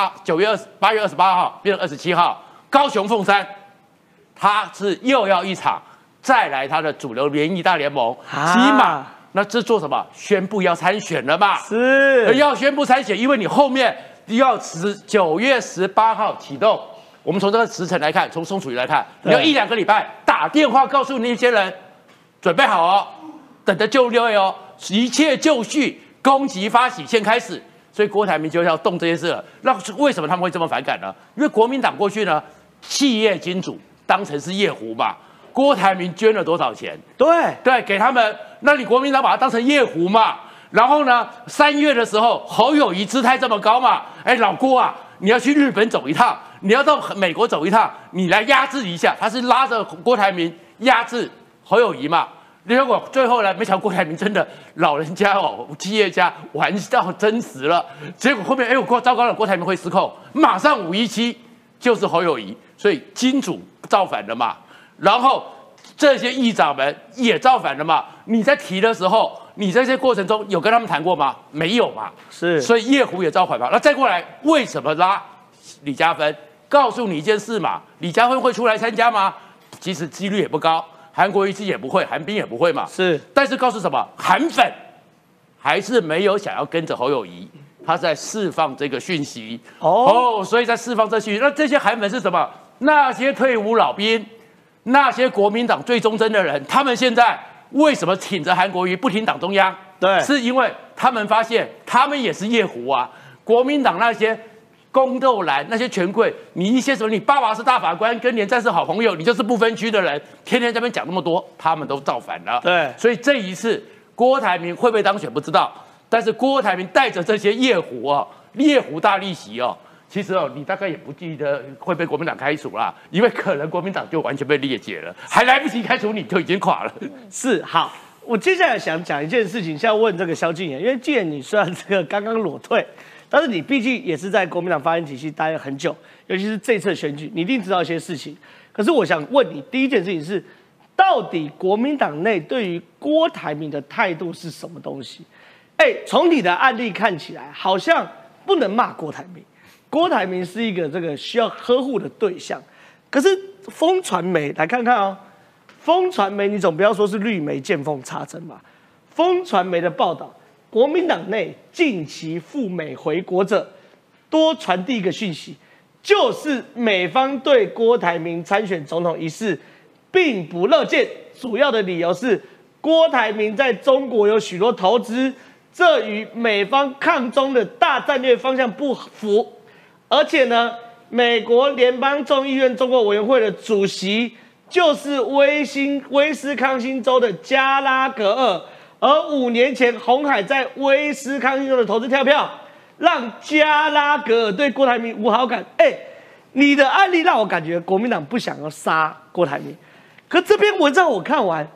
B: 28号变成27号，高雄凤山，他是又要一场再来他的主流民意大联盟，起码那这做什么？宣布要参选了嘛？
A: 是
B: 要宣布参选，因为你后面要9月18号启动。我们从这个时辰来看，从松楚瑜来看，你要1-2个礼拜打电话告诉那些人，准备好哦，等着就位哦，一切就绪。攻击发起先开始，所以郭台铭就要动这件事了。那为什么他们会这么反感呢？因为国民党过去呢，企业金主当成是夜壶嘛，郭台铭捐了多少钱？对，给他们，那你国民党把它当成夜壶嘛。然后呢，3月的时候，侯友宜姿态这么高嘛，老郭啊，你要去日本走一趟，你要到美国走一趟，你来压制一下。他是拉着郭台铭压制侯友宜嘛。结果最后呢，没想到郭台铭真的老人家哦，企业家玩到真实了。结果后面我糟糕了，郭台铭会失控，马上517就是侯友宜，所以金主造反了嘛。然后这些议长们也造反了嘛。你在提的时候，你在这些过程中有跟他们谈过吗？没有嘛。
A: 是，
B: 所以夜壶也造反嘛。那再过来，为什么拉李嘉芬？告诉你一件事嘛，李嘉芬会出来参加吗？其实几率也不高。韩国瑜也不会，韩冰也不会嘛。
A: 是，
B: 但是告诉什么，韩粉还是没有想要跟着侯友宜，他在释放这个讯息。所以在释放这讯息。那这些韩粉是什么？那些退伍老兵，那些国民党最忠贞的人，他们现在为什么挺着韩国瑜不挺党中央？
A: 对，
B: 是因为他们发现他们也是夜壶啊。国民党那些宫斗蓝那些权贵，你一些什么，你爸爸是大法官，跟连战是好朋友，你就是不分区的人，天天在那边讲那么多，他们都造反了。
A: 对，
B: 所以这一次郭台铭会不会当选不知道，但是郭台铭带着这些夜壶啊，夜壶大逆袭哦，其实你大概也不记得会被国民党开除啦，因为可能国民党就完全被裂解了，还来不及开除你就已经垮了。
A: 是，好，我接下来想讲一件事情，现在问这个萧敬言，因为既然你虽然这个刚刚裸退。但是你毕竟也是在国民党发言体系待了很久，尤其是这次选举，你一定知道一些事情。可是我想问你，第一件事情是，到底国民党内对于郭台铭的态度是什么东西？从你的案例看起来，好像不能骂郭台铭，郭台铭是一个这个需要呵护的对象。可是风传媒来看看哦，风传媒你总不要说是绿媒见缝插针吧？风传媒的报道。国民党内近期赴美回国者，多传递一个讯息，就是美方对郭台铭参选总统一事并不乐见。主要的理由是郭台铭在中国有许多投资，这与美方抗中的大战略方向不符。而且呢，美国联邦众议院中国委员会的主席就是威斯康星州的加拉格尔。而5年前，鸿海在威斯康星州的投资跳票，让加拉格尔对郭台铭无好感。你的案例让我感觉国民党不想要杀郭台铭，可这篇文章我看完，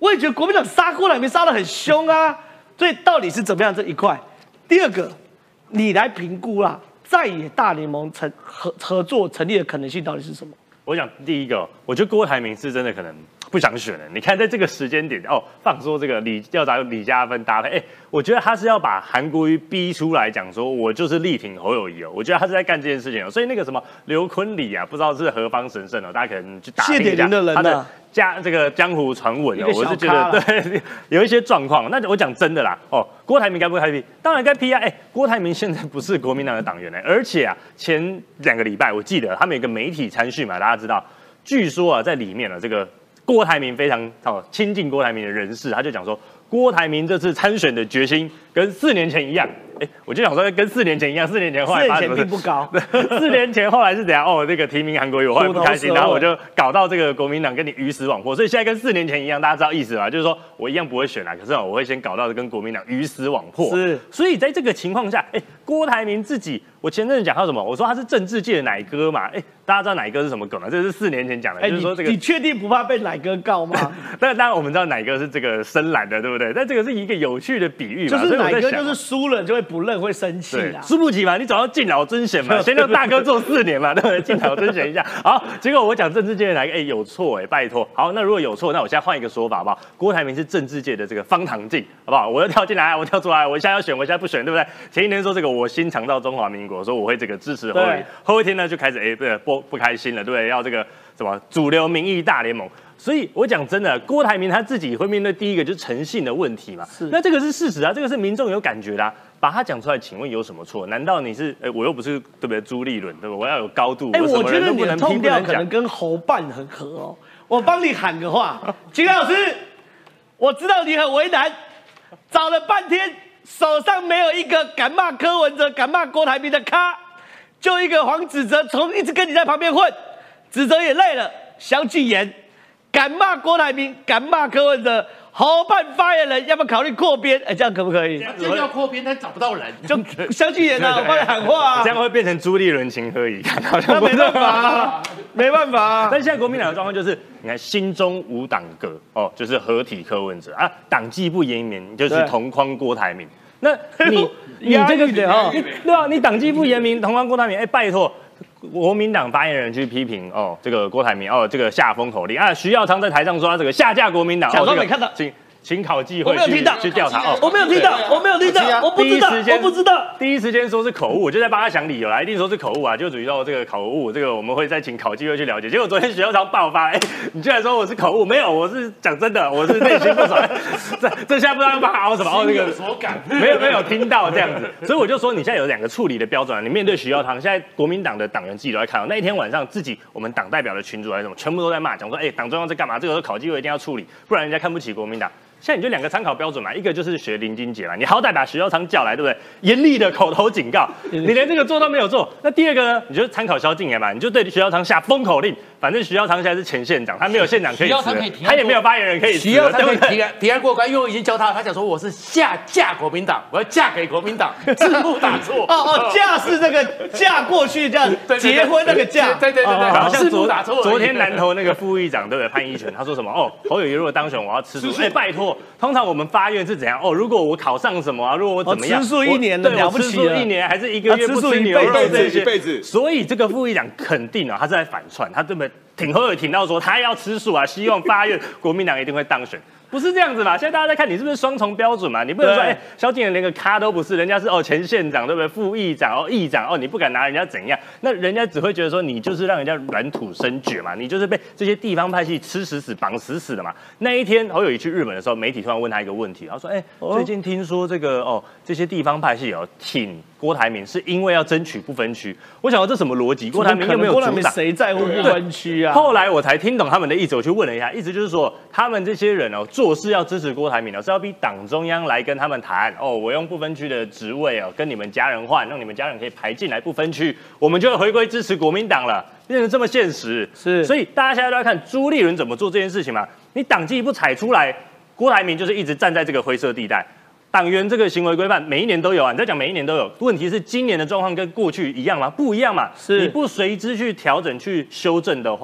A: 我也觉得国民党杀郭台铭杀得很凶啊，所以到底是怎么样这一块？第二个，你来评估啦，在野大联盟合作成立的可能性到底是什么？
C: 我想第一个，我觉得郭台铭是真的可能不想选了。你看在这个时间点放说这个要找李嘉芬搭配，我觉得他是要把韩国瑜逼出来讲说，我就是力挺侯友宜我觉得他是在干这件事情所以那个什么刘坤礼啊，不知道是何方神圣大家可能去打听一下他的这个江湖传闻我是觉得对有一些状况。那我讲真的啦郭台铭该不该批？当然该批啊！郭台铭现在不是国民党的党员而且前2个礼拜我记得他们有一个媒体参讯嘛，大家知道，据说在里面这个郭台铭非常亲近郭台铭的人士，他就讲说郭台铭这次参选的决心跟4年前一样。我就想说跟4年前一样，4年前后来发生什么事？
A: 并不高。
C: 4年前后来是怎样？那个提名韩国瑜，我后来不开心，然后我就搞到这个国民党跟你鱼死网破，所以现在跟4年前一样，大家知道意思吧？就是说我一样不会选可是我会先搞到跟国民党鱼死网破。
A: 是，
C: 所以在这个情况下，郭台铭自己，我前阵子讲到什么？我说他是政治界的奶哥嘛，大家知道奶哥是什么梗吗？这是4年前讲的，就是说这个
A: 你确定不怕被奶哥告吗？
C: 但当然我们知道奶哥是这个深蓝的，对不对？但这个是一个有趣的比喻嘛，
A: 就是奶哥就是输了就会不认，会生气啦，
C: 输不起嘛，你总要敬老尊贤嘛，先让大哥做4年嘛，对不对？敬老尊贤一下。好，结果我讲政治界的奶哥，有错拜托。好，那如果有错，那我现在换一个说法好不好？郭台铭是政治界的这个方唐镜，好不好？我要跳进来，我跳出来，我现在要选，我现在不选，对不对？前一天说这个我心常到中华民国，说我会这个支持侯友宜，后一天呢就开始不开心了，对不对？要这个什么主流民意大联盟。所以我讲真的，郭台铭他自己会面对第一个就是诚信的问题嘛。那这个是事实啊，这个是民众有感觉的把他讲出来，请问有什么错？难道你是我又不是对不对朱立伦对不对？我要有高度，
A: 我觉得你的痛调可能跟侯办很合我帮你喊个话，秦老师，我知道你很为难，找了半天手上没有一个敢骂柯文哲、敢骂郭台铭的咖，就一个黄子哲一直跟你在旁边混，子哲也累了，萧敬言敢骂郭台铭，敢骂柯文哲，侯办发言人要不要考虑扩编？这样可不可以？
B: 这要扩编，但找不到人，
A: 就萧敬言我帮你喊话
C: 这样会变成朱立伦情何以堪？
A: 那没办法没办法
C: 但现在国民党的状况就是，你看心中无党格就是合体柯文哲党纪不严明，就是同框郭台铭。那你这个对啊，你党纪不严明，同框郭台铭，拜托。国民党发言人去批评这个郭台铭这个下封口令徐耀昌在台上说他这个下架国民党，
A: 假装没看到，
C: 请考纪会去调查
A: 我没有听到，我不知道，
C: 第一时间说是口误，我就在帮他想理由一定说是口误就属于到这个口误，这个我们会再请考纪会去了解。结果昨天徐耀昌爆发，你居然说我是口误，没有，我是讲真的，我是内心不爽，这下不知道要帮他熬什么那个所感，没有听到这样子，所以我就说你现在有2个处理的标准你面对徐耀昌，现在国民党的党员自己都在看那一天晚上自己我们党代表的群组还是什么，全部都在骂，讲说党中央在干嘛？这个考纪会一定要处理，不然人家看不起国民党。现在你就2个参考标准嘛，一个就是学林金杰嘛，你好歹把徐耀昌叫来，对不对？严厉的口头警告，你连这个做都没有做。那第2个呢，你就参考萧敬言嘛，你就对徐耀昌下封口令，反正徐耀昌现在是前县长，他没有县长可以辞，他也没有发言人可以辞，
B: 徐耀昌可以提案过关，因为我已经教他讲说我是下嫁国民党，我要嫁给国民党，字幕打错。
A: 嫁是那个嫁过去这样结婚那个嫁，
B: 对，
C: 然后像昨天南投那个副议长对不对？潘一全他说什么侯友宜如果当选我要吃素，拜托。通常我们发愿是怎样如果我考上什么如果我怎么样，
A: 吃素1年了不起了，
C: 吃素1年还是1个月不吃牛肉这些，一辈子。所以这个副议长肯定他是在反串，他这么挺侯友宜挺到说他要吃素希望发愿国民党一定会当选。不是这样子嘛？现在大家在看你是不是双重标准嘛？你不能说萧敬言连个咖都不是，人家是前县长对不对？副议长议长你不敢拿人家怎样？那人家只会觉得说你就是让人家软土生绝嘛，你就是被这些地方派系吃死死绑死死的嘛。那一天侯友宜去日本的时候，媒体突然问他一个问题，他说最近听说这个这些地方派系挺郭台铭是因为要争取不分区。我想这什么逻辑？郭台铭又没有阻挡，
A: 谁在乎不分区啊？
C: 后来我才听懂他们的意思，我去问了一下，意思就是说他们这些人做事要支持郭台铭是要逼党中央来跟他们谈我用不分区的职位跟你们家人换，让你们家人可以排进来不分区，我们就会回归支持国民党了，变成这么现实。
A: 是，
C: 所以大家现在都在看朱立伦怎么做这件事情嘛。你党纪不踩出来，郭台铭就是一直站在这个灰色地带。党员这个行为规范每一年都有你在讲每一年都有，问题是今年的状况跟过去一样吗？不一样嘛。是，你不随之去调整去修正的话，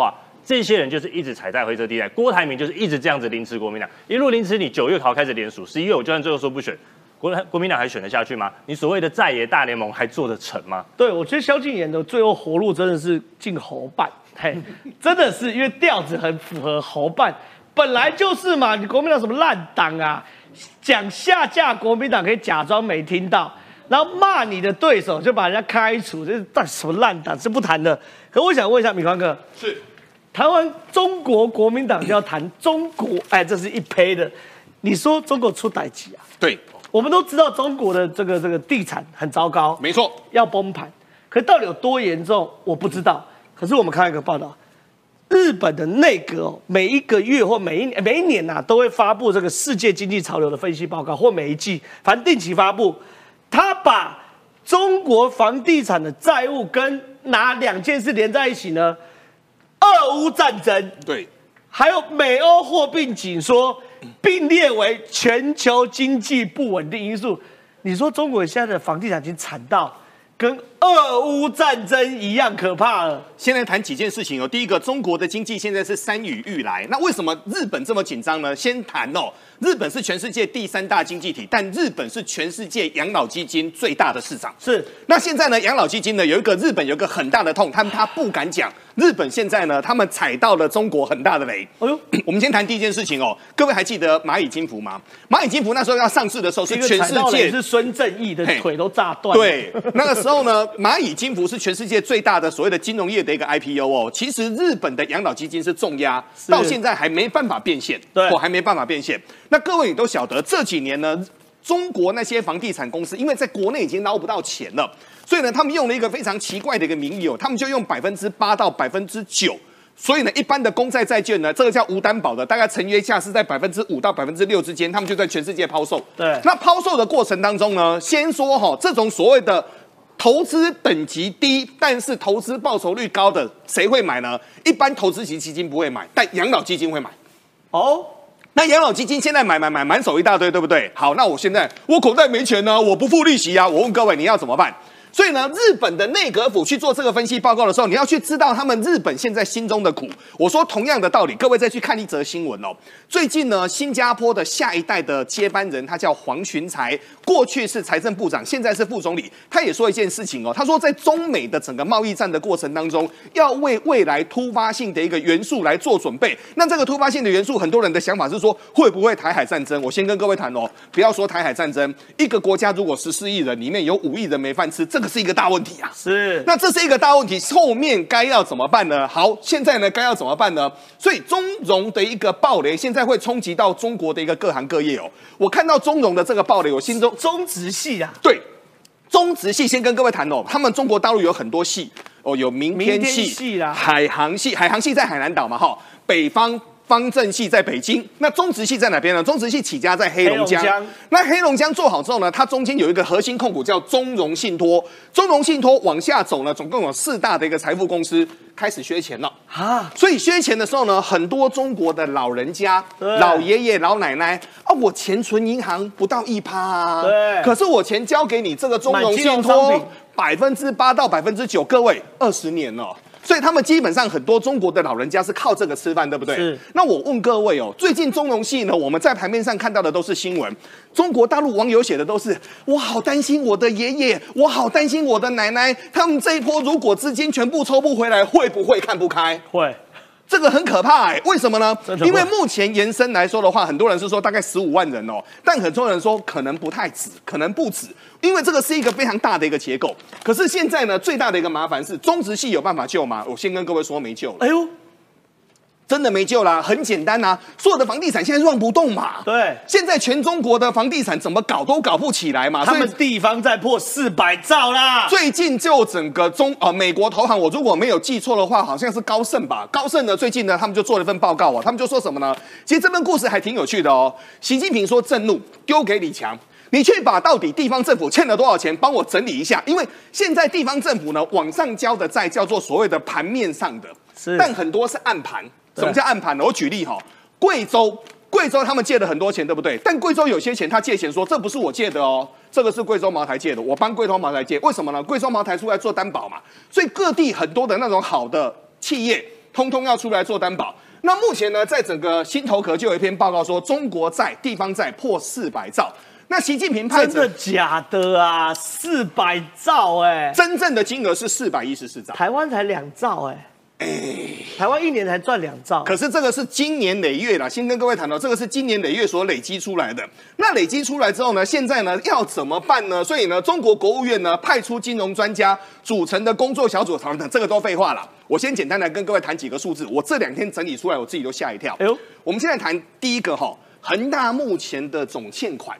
C: 这些人就是一直踩在灰色地带。郭台铭就是一直这样子凌迟国民党，一路凌迟你9月开始联署，11月我就算最后说不选。国民党还选得下去吗？你所谓的在野大联盟还做得成吗？
A: 对，我觉得萧敬言的最后活路真的是进侯办，嘿，真的是因为调子很符合侯办，本来就是嘛，你国民党什么烂党啊，讲下架国民党可以假装没听到，然后骂你的对手就把人家开除，这是什么烂党是不谈的。可我想问一下米宽哥，
D: 是
A: 谈完中国国民党就要谈中国，哎，这是一胚的，你说中国出代誌啊？
D: 对。
A: 我们都知道中国的这个地产很糟糕，
D: 没错，
A: 要崩盘。可到底有多严重，我不知道。可是我们看一个报道，日本的内阁每一个月或每一年呐、都会发布这个世界经济潮流的分析报告，或每一季，反正定期发布。他把中国房地产的债务跟哪2件事连在一起呢？俄乌战争，
D: 对，
A: 还有美欧货币紧缩。并列为全球经济不稳定因素。你说中国现在的房地产已经惨到跟俄乌战争一样可怕了。
D: 先来谈几件事情哦。第一个，中国的经济现在是山雨欲来，那为什么日本这么紧张呢？先谈哦，日本是全世界第3大经济体，但日本是全世界养老基金最大的市场。
A: 是，
D: 那现在呢，养老基金呢日本有一个很大的痛，他不敢讲。日本现在呢，他们踩到了中国很大的雷。哎呦，我们先谈第一件事情哦。各位还记得蚂蚁金服吗？蚂蚁金服那时候要上市的时候是全世界
A: 是孙正义的腿都炸断。
D: 对，那个时候呢，蚂蚁金服是全世界最大的所谓的金融业的一个 IPO 哦。其实日本的养老基金是重压，到现在还没办法变现，
A: 对，
D: 还没办法变现。那各位你都晓得，这几年呢，中国那些房地产公司因为在国内已经捞不到钱了。所以呢，他们用了一个非常奇怪的一个名义哦，他们就用8%到9%，所以呢，一般的公债债券呢，这个叫无担保的，大概承约价是在5%到6%之间，他们就在全世界抛售。
A: 对，
D: 那抛售的过程当中呢，先说哈，这种所谓的投资等级低，但是投资报酬率高的，谁会买呢？一般投资型基金不会买，但养老基金会买。哦。那养老基金现在买满手一大堆，对不对？好，那我现在我口袋没钱呢，我不付利息啊，我问各位你要怎么办？所以呢，日本的内阁府去做这个分析报告的时候，你要去知道他们日本现在心中的苦。我说同样的道理，各位再去看一则新闻哦。最近呢，新加坡的下一代的接班人，他叫黄循财，过去是财政部长，现在是副总理。他也说一件事情哦，他说在中美的整个贸易战的过程当中，要为未来突发性的一个元素来做准备。那这个突发性的元素，很多人的想法是说，会不会台海战争？我先跟各位谈哦，不要说台海战争，一个国家如果14亿人里面有5亿人没饭吃，这个是一个大问题啊！
A: 是，
D: 那这是一个大问题，后面该要怎么办呢？好，现在呢该要怎么办呢？所以中融的一个暴雷，现在会冲击到中国的一个各行各业哦。我看到中融的这个暴雷，我心中
A: 中植系啊，
D: 对，中植系先跟各位谈哦，他们中国大陆有很多系哦，有明天系
A: 啦，
D: 海航系，海航系在海南岛嘛，哈，北方。方正系在北京，那中植系在哪边呢？中植系起家在黑龙江。那黑龙江做好之后呢，它中间有一个核心控股叫中融信托。中融信托往下走呢，总共有4大的一个财富公司开始削钱了啊。所以削钱的时候呢，很多中国的老人家、老爷爷、老奶奶啊，我钱存银行不到1%啊，对，可是我钱交给你这个中融信托8%到9%，各位20年了。所以他们基本上很多中国的老人家是靠这个吃饭，对不对？是。那我问各位哦，最近中融系呢，我们在盘面上看到的都是新闻，中国大陆网友写的都是，我好担心我的爷爷，我好担心我的奶奶，他们这一波如果资金全部抽不回来，会不会看不开？
A: 会。
D: 这个很可怕哎，为什么呢？因为目前延伸来说的话，很多人是说大概15万人哦，但很多人说可能不太止，可能不止，因为这个是一个非常大的一个结构。可是现在呢，最大的一个麻烦是中植系有办法救吗？我先跟各位说没救了。哎呦，真的没救啦，很简单啊，所有的房地产现在乱不动嘛。对，现在全中国的房地产怎么搞都搞不起来嘛。
A: 他们地方在破400兆啦。
D: 最近就整个美国投行，我如果没有记错的话，好像是高盛吧。高盛呢，最近呢，他们就做了一份报告啊，他们就说什么呢？其实这份故事还挺有趣的哦。习近平说震怒，丢给李强。你去把到底地方政府欠了多少钱，帮我整理一下，因为现在地方政府呢往上交的债叫做所谓的盘面上的，但很多是暗盘。什么叫暗盘呢？我举例哈，贵州他们借了很多钱，对不对？但贵州有些钱他借钱说这不是我借的哦，这个是贵州茅台借的，我帮贵州茅台借，为什么呢？贵州茅台出来做担保嘛，所以各地很多的那种好的企业。 通通要出来做担保。那目前呢，在整个新头壳就有一篇报告说，中国债、地方债破400兆。那习近平派
A: 真的假的啊？400兆
D: 真正的金额是414兆，
A: 台湾才2兆台湾1年才赚2兆。
D: 可是这个是经年累月啦，先跟各位谈到，这个是经年累月所累积出来的。那累积出来之后呢，现在呢要怎么办呢？所以呢，中国国务院呢派出金融专家组成的工作小组讨论，这个都废话啦。我先简单来跟各位谈几个数字，我这2天整理出来，我自己都吓一跳。我们现在谈第一个恒大目前的总欠款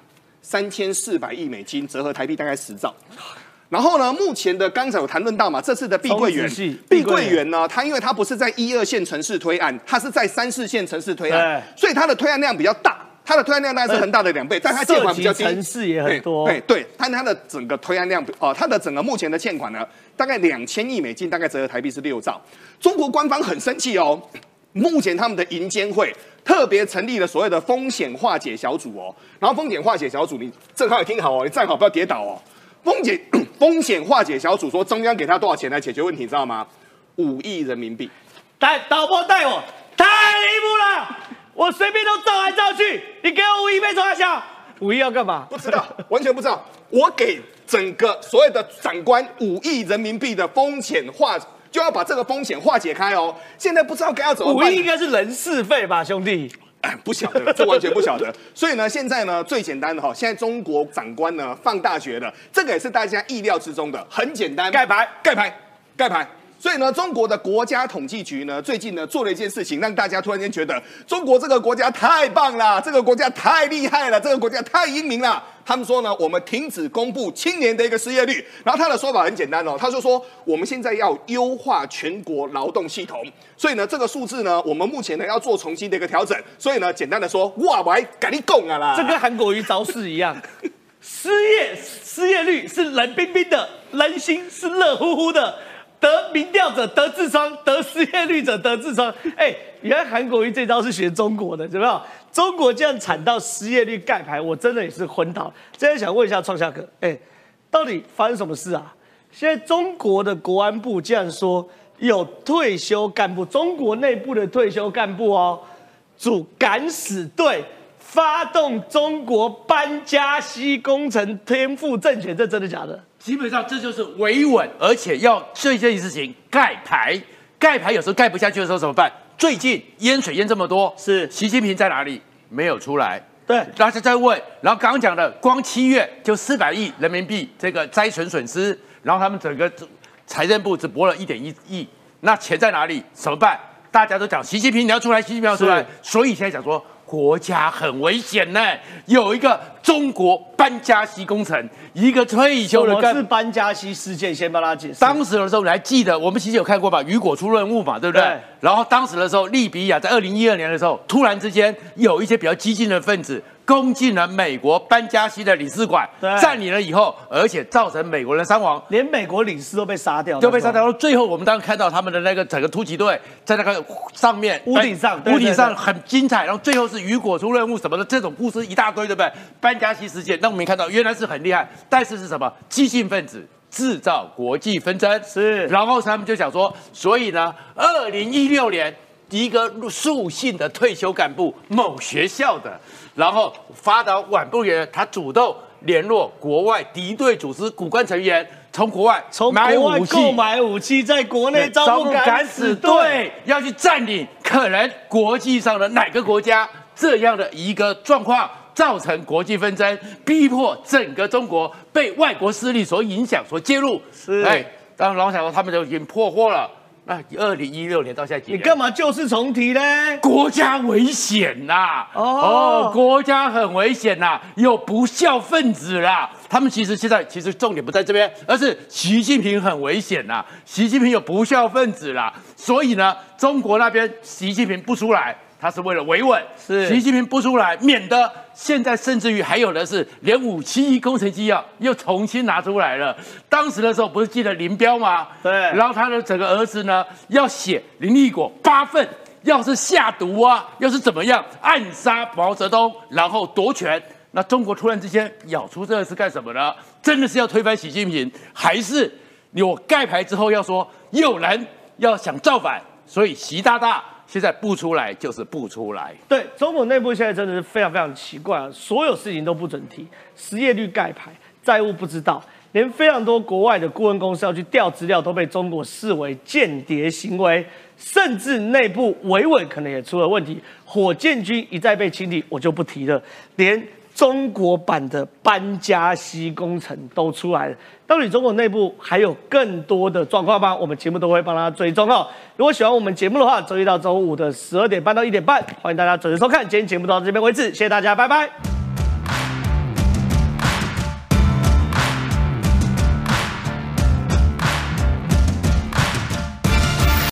D: 3400亿美金，折合台币大概10兆。然后呢，目前的刚才有谈论到嘛，这次的碧桂园呢，它因为它不是在1、2线城市推案，它是在3、4线城市推案，所以它的推案量比较大，它的推案量大概是恒大的2倍，但它借款比较低，
A: 城市也很多。
D: 对，但它的整个推案量它的整个目前的欠款呢，大概2000亿美金，大概折合台币是6兆。中国官方很生气哦，目前他们的银监会特别成立了所谓的风险化解小组哦，然后风险化解小组，你正好也听好哦，你站好不要跌倒哦。风险化解小组说，中央给他多少钱来解决问题，你知道吗？5亿人民币。
A: 导播带我，太离谱了！我随便都照来照去，你给我5亿被抓小，5亿要干嘛？
D: 不知道，完全不知道。我给整个所有的长官5亿人民币的风险化，就要把这个风险化解开哦。现在不知道该要怎么办。
A: 5亿应该是人事费吧，兄弟。
D: 不晓得，这完全不晓得。所以呢，现在呢，最简单的现在中国长官呢放大决了，这个也是大家意料之中的，很简单，盖牌。所以呢，中国的国家统计局呢，最近呢做了一件事情，让大家突然间觉得中国这个国家太棒了，这个国家太厉害了，这个国家太英明了。他们说呢，我们停止公布青年的一个失业率。然后他的说法很简单他就说我们现在要优化全国劳动系统，所以呢，这个数字呢，我们目前呢要做重新的一个调整。所以呢，简单的说，哇，我还跟你讲啊啦，
A: 这跟韩国瑜招式一样。失业率是冷冰冰的，人心是热乎乎的。得民调者得痔疮，得失业率者得痔疮。原来韩国瑜这招是学中国的，有没有？中国这样惨到失业率盖牌，我真的也是昏倒。真的想问一下创夏哥，到底发生什么事啊？现在中国的国安部竟然说有退休干部，中国内部的退休干部组敢死队，发动中国班加西工程颠覆政权，这真的假的？
B: 基本上这就是维稳，而且要这件事情盖牌。盖牌有时候盖不下去的时候怎么办？最近淹水淹这么多，
A: 是
B: 习近平在哪里？没有出来。
A: 对，
B: 大家在问。然后刚刚讲的，光7月就400亿人民币这个灾损损失，然后他们整个财政部只拨了1.1亿，那钱在哪里？怎么办？大家都讲习近平你要出来，习近平要出来，所以现在讲说。国家很危险呢，有一个中国班加西工程，一个退休的
A: 什么是班加西事件？先帮他解释。
B: 当时的时候，你还记得我们其实有看过吧？雨果出任务嘛，对不对？对。然后当时的时候，利比亚在2012年的时候，突然之间有一些比较激进的分子攻进了美国班加西的领事馆，占领了以后，而且造成美国人伤亡，
A: 连美国领事都被杀掉，
B: 最后我们当时看到他们的那个整个突击队在那个上面
A: 屋顶上
B: 很精彩，然后最后是雨果出任务什么的这种故事一大堆，对不对？班加西事件，那我们看到原来是很厉害，但是是什么？激进分子。制造国际纷争
A: 是，
B: 然后他们就想说，所以呢，2016年一个树姓的退休干部，某学校的，然后发到晚部员，他主动联络国外敌对组织骨干成员，从国外
A: 购买武器，在国内招募敢死队，
B: 要去占领可能国际上的哪个国家这样的一个状况。造成国际纷争，逼迫整个中国被外国势力所影响、所介入。
A: 是，
B: 当然老想说他们就已经破获了。那2016年到现在几年？
A: 你干嘛旧事重提呢？
B: 国家危险呐！国家很危险呐，有不孝分子啦。他们其实现在重点不在这边，而是习近平很危险呐。习近平有不孝分子啦，所以呢，中国那边习近平不出来。他是为了维稳，
A: 是
B: 习近平不出来，免得现在甚至于还有的是连5、7亿工程机又重新拿出来了。当时的时候不是记得林彪吗？
A: 对，
B: 然后他的整个儿子呢要写林立果8份，要是下毒要是怎么样暗杀毛泽东，然后夺权。那中国突然之间咬出这个是干什么呢？真的是要推翻习近平，还是有盖牌之后要说有人要想造反？ 所以习大大现在不出来就是不出来。
A: 对，中国内部现在真的是非常非常奇怪啊，所有事情都不准提，失业率盖牌，债务不知道，连非常多国外的顾问公司要去调资料，都被中国视为间谍行为，甚至内部维稳可能也出了问题。火箭军一再被清理，我就不提了，连中国版的班加西工程都出来了。到底中国内部还有更多的状况吗？我们节目都会帮大家追踪哦。如果喜欢我们节目的话，周一到周五的12点半到1点半，欢迎大家准时收看。今天节目到这边为止，谢谢大家，拜拜。